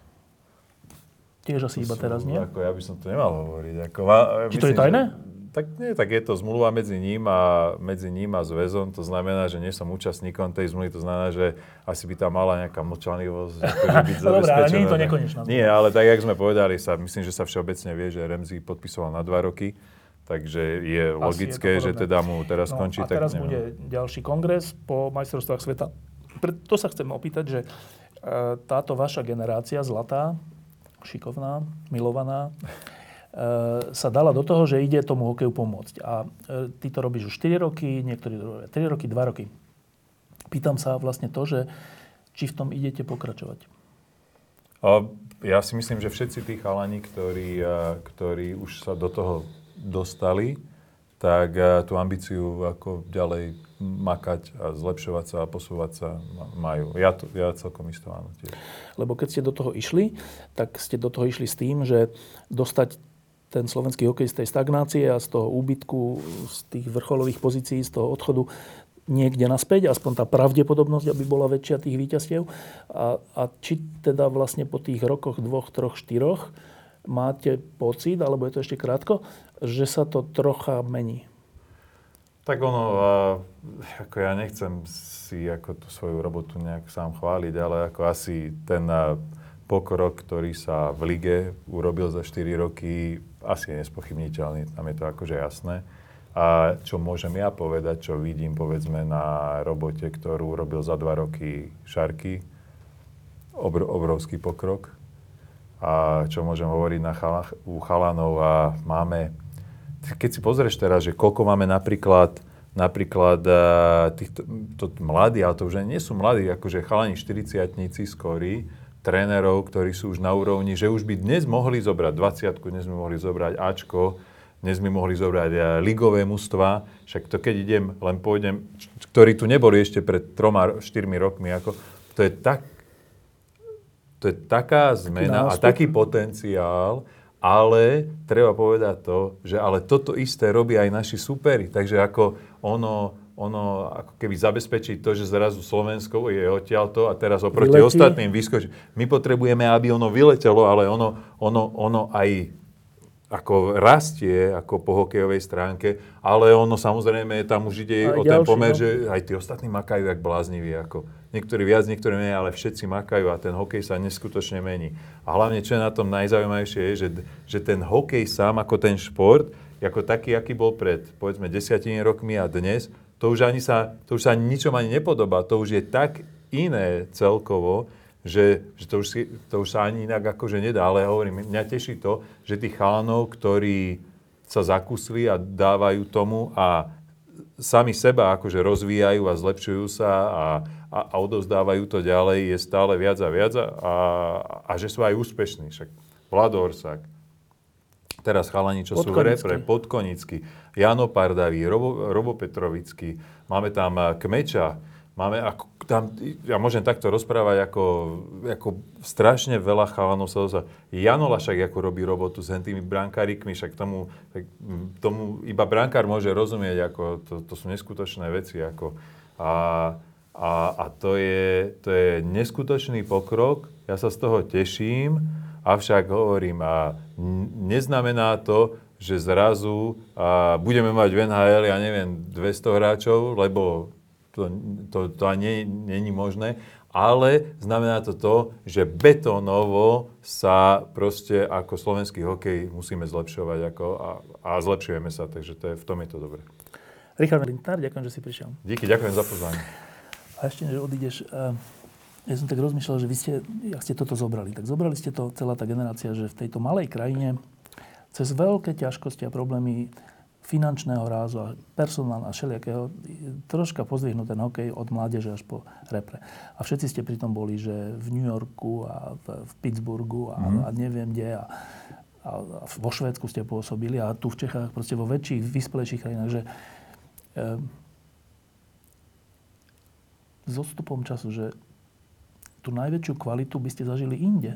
Tiež asi iba teraz, nie? Ja by som to nemal hovoriť. Či to je tajné? Tak je to zmluva medzi ním a zväzom. To znamená, že nie som účastníkom tej zmluvy. To znamená, že asi by tam mala nejaká mlčanlivosť, byť zabezpečená. Dobre, ale nie je to nekonečná. Nie, ale tak, jak sme povedali, myslím, že sa všeobecne vie, že Remzi podpisoval na 2 roky. Takže je logické, že teda mu teraz skončí. A teraz bude ďalší kongres po majstrovstvách sveta. To sa chcem opýtať, že táto vaša generácia zlatá, šikovná, milovaná, sa dala do toho, že ide tomu hokeju pomôcť. A ty to robíš už 4 roky, niektorí 3 roky, 2 roky. Pýtam sa vlastne to, že či v tom idete pokračovať. Ja si myslím, že všetci tí chalani, ktorí už sa do toho dostali, tak tú ambíciu ako ďalej makať a zlepšovať sa a posúvať sa majú. Ja celkom isto áno tiež. Lebo keď ste do toho išli, tak ste do toho išli s tým, že dostať ten slovenský hokej z tej stagnácie a z toho úbytku, z tých vrcholových pozícií, z toho odchodu niekde naspäť, aspoň tá pravdepodobnosť, aby bola väčšia tých víťazstiev. A či teda vlastne po tých rokoch 2, 3, 4 máte pocit, alebo je to ešte krátko, že sa to trocha mení? Tak ako ja nechcem si ako tú svoju robotu nejak sám chváliť, ale ako asi ten pokrok, ktorý sa v lige urobil za 4 roky, asi je nespochybniteľný, tam je to akože jasné. A čo môžem ja povedať, čo vidím povedzme na robote, ktorú urobil za 2 roky Šarky, obrovský pokrok. A čo môžem hovoriť u chalanov a máme, keď si pozrieš teraz, že koľko máme napríklad týchto mladí, ale to už nie sú mladí, akože chalani 40-tníci skorí, trénerov, ktorí sú už na úrovni, že už by dnes mohli zobrať 20-ku, dnes by mohli zobrať Ačko, dnes by mohli zobrať ligové mužstva, však to keď pôjdem, ktorí tu neboli ešte pred 3-4 rokmi, ako, to je taká zmena a taký potenciál, ale treba povedať to, že ale toto isté robia aj naši superi, takže ako ono ako keby zabezpečiť to, že zrazu Slovensko je odtiaľto a teraz oproti ostatným vyskočí. My potrebujeme, aby ono vyletelo, ale ono aj ako rastie ako po hokejovej stránke, ale ono samozrejme tam už ide o ten pomer, že aj tí ostatní makajú jak blázniví. Ako. Niektorí viac, niektorí menej, ale všetci makajú a ten hokej sa neskutočne mení. A hlavne, čo je na tom najzaujímavejšie, je, že ten hokej sám ako ten šport, ako taký, aký bol pred, povedzme, 10 rokmi a dnes, to už sa ničom ani nepodobá. To už je tak iné celkovo, že to už sa ani inak akože nedá. Ale hovorím, mňa teší to, že tých chalanov, ktorí sa zakúsli a dávajú tomu a sami seba akože rozvíjajú a zlepšujú sa a odovzdávajú to ďalej, je stále viac a viac a že sú aj úspešní. Však Vlado Orsák, teraz chalani, čo sú v repre, Podkonický, Jano Pardavý, Robo Petrovický, máme tam Kmeča, máme tam, ja môžem takto rozprávať, ako strašne veľa chalanov sa Jano Lašák, ako robí robotu s tými brankárikmi, však tomu iba brankár môže rozumieť, ako to sú neskutočné veci, ako a to je neskutočný pokrok, ja sa z toho teším, avšak hovorím, a neznamená to, že zrazu budeme mať v NHL, ja neviem, 200 hráčov, lebo to ani není možné, ale znamená to, že betónovo sa proste ako slovenský hokej musíme zlepšovať a zlepšujeme sa, takže v tom je to dobré. Richard Lindner, ďakujem, že si prišiel. Díky, ďakujem za pozvanie. A ešte, že odídeš, ja som tak rozmýšľal, že jak ste toto zobrali. Tak zobrali ste to, celá tá generácia, že v tejto malej krajine cez veľké ťažkosti a problémy finančného rázu a personálna a všelijakého troška pozdvihnú ten hokej od mládeže až po repre. A všetci ste pri tom boli, že v New Yorku a v Pittsburghu a neviem kde a vo Švédsku ste pôsobili a tu v Čechách, proste vo väčších, vyspelejších krajinách, že s odstupom času, že tú najväčšiu kvalitu by ste zažili inde.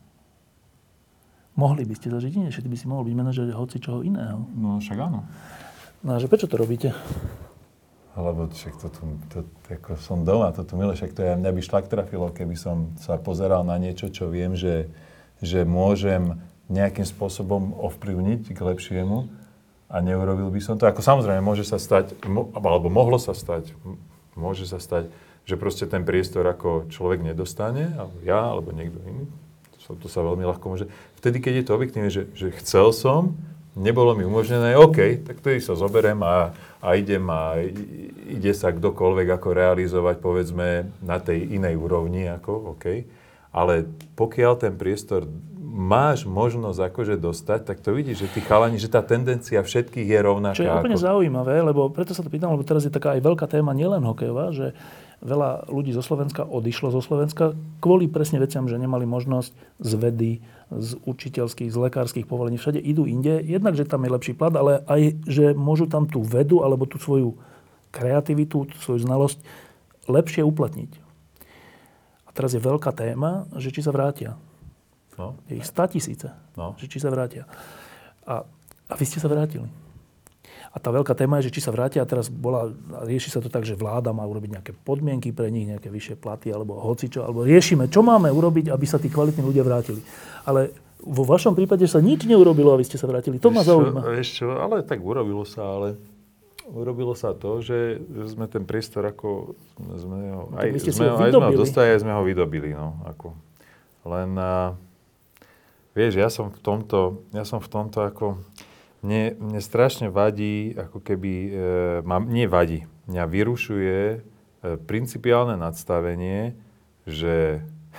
Mohli by ste zažiť inde, že ty by si mohol byť manažer hoci čoho iného. No však áno. No a že prečo to robíte? Lebo však ako som doma, to tu milé, však to mňa by šlak trafilo, keby som sa pozeral na niečo, čo viem, že môžem nejakým spôsobom ovplyvniť k lepšiemu a neurobil by som to. Ako samozrejme, môže sa stať, alebo mohlo sa stať, môže sa stať, že proste ten priestor ako človek nedostane, ja alebo niekto iný. To sa veľmi ľahko môže. Vtedy, keď je to objektívne, že chcel som, nebolo mi umožnené, OK, tak vtedy sa zoberiem a idem a ide sa kdokoľvek ako realizovať, povedzme, na tej inej úrovni, ako OK. Ale pokiaľ ten priestor máš možnosť akože dostať, tak to vidíš, že tí chalani, že tá tendencia všetkých je rovnaká. Čo je úplne zaujímavé, lebo preto sa to pýtam, lebo teraz je taká aj veľká téma, nielen hokejová, že veľa ľudí zo Slovenska odišlo zo Slovenska kvôli presne veciam, že nemali možnosť z vedy, z učiteľských, z lekárskych povolení. Všade idú inde. Jednak, že tam je lepší plat, ale aj, že môžu tam tú vedu alebo tú svoju kreativitu, tú svoju znalosť lepšie uplatniť. A teraz je veľká téma, že či sa vrátia. No. Je ich 100 000, že či sa vrátia. A vy ste sa vrátili. A tá veľká téma je, že či sa vrátia, a teraz rieši sa to tak, že vláda má urobiť nejaké podmienky pre nich, nejaké vyššie platy, alebo hocičo, alebo riešime, čo máme urobiť, aby sa tí kvalitní ľudia vrátili. Ale vo vašom prípade sa nič neurobilo, aby ste sa vrátili. To ma zaujíma. Vieš čo, ale tak urobilo sa to, že sme ten priestor ako sme ho vydobili. No, ako. Len vieš, ja som v tomto ako Mne strašne vadí, ako keby, nie vadí, mňa vyrušuje principiálne nadstavenie, že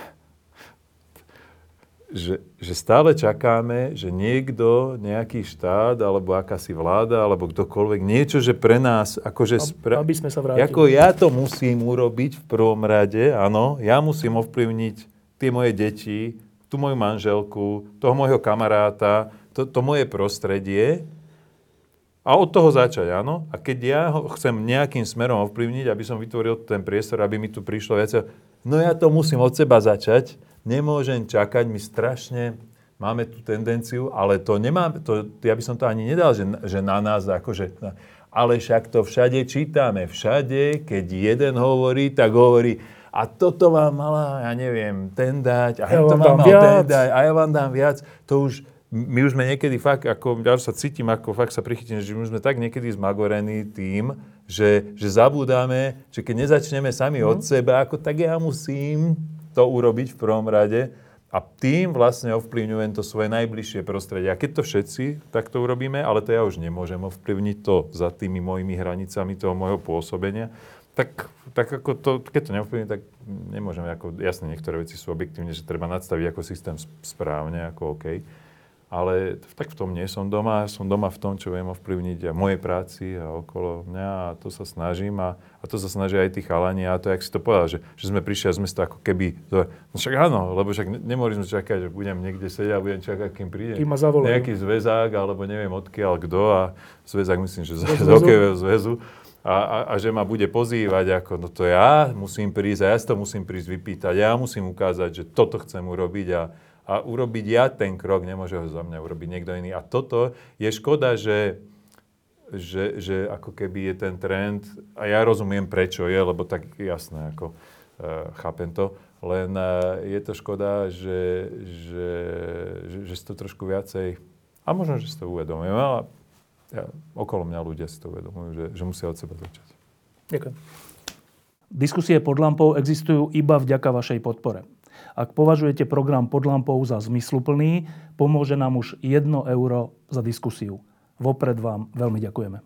stále čakáme, že niekto, nejaký štát, alebo akási vláda, alebo kdokoľvek, niečo, že pre nás, akože... Aby sme sa vrátili. Ako ja to musím urobiť v prvom rade, áno, ja musím ovplyvniť tie moje deti, tú moju manželku, toho môjho kamaráta, to moje prostredie, A od toho začať, áno. A keď ja ho chcem nejakým smerom ovplyvniť, aby som vytvoril ten priestor, aby mi tu prišlo viac, no ja to musím od seba začať. Nemôžem čakať, my strašne máme tú tendenciu, ale to nemám, ja by som to ani nedal, že na nás akože... Ale však to všade čítame. Všade, keď jeden hovorí, tak hovorí, a toto vám mala, ja neviem, ten dať, a ja to vám mal ten dať, a ja vám dám viac. To už, my už sme niekedy fakt, ako ja sa cítim, ako fakt sa prichytím, že my sme tak niekedy zmagorení tým, že zabúdame, že keď nezačneme sami od seba, ako tak ja musím to urobiť v prvom rade. A tým vlastne ovplyvňujem to svoje najbližšie prostredie. A keď to všetci takto urobíme, ale to ja už nemôžem ovplyvniť to za tými mojimi hranicami toho môjho pôsobenia, tak ako to, keď to neovplyvním, tak nemôžeme, ako, jasne, niektoré veci sú objektívne, že treba nadstaviť ako systém správne, ako OK. Ale tak v tom nie som doma, som doma v tom, čo viem ovplyvniť a mojej práci a okolo mňa a to sa snažím a to sa snažia aj tí chalani a to, jak si to povedal, že sme prišli a sme to ako keby, no však áno, lebo však nemôžem čakať, že budem niekde sedieť a budem čakať, kým príde nejaký zväzák alebo neviem odkiaľ kto a zväzák myslím, že z hokejového zväzu a že ma bude pozývať, ako no to ja musím prísť a ja si to musím prísť vypýtať, ja musím ukázať, že toto chcem urobiť a urobiť ja ten krok, nemôže ho za mňa urobiť niekto iný. A toto je škoda, že ako keby je ten trend, a ja rozumiem prečo je, lebo tak jasné, ako chápem to, len je to škoda, že si to trošku viacej, a možno, že si to uvedomujem, ale okolo mňa ľudia si to uvedomujú, že musia od seba začať. Ďakujem. Diskusie pod lampou existujú iba vďaka vašej podpore. Ak považujete program Pod lampou za zmysluplný, pomôže nám už 1 euro za diskusiu. Vopred vám veľmi ďakujeme.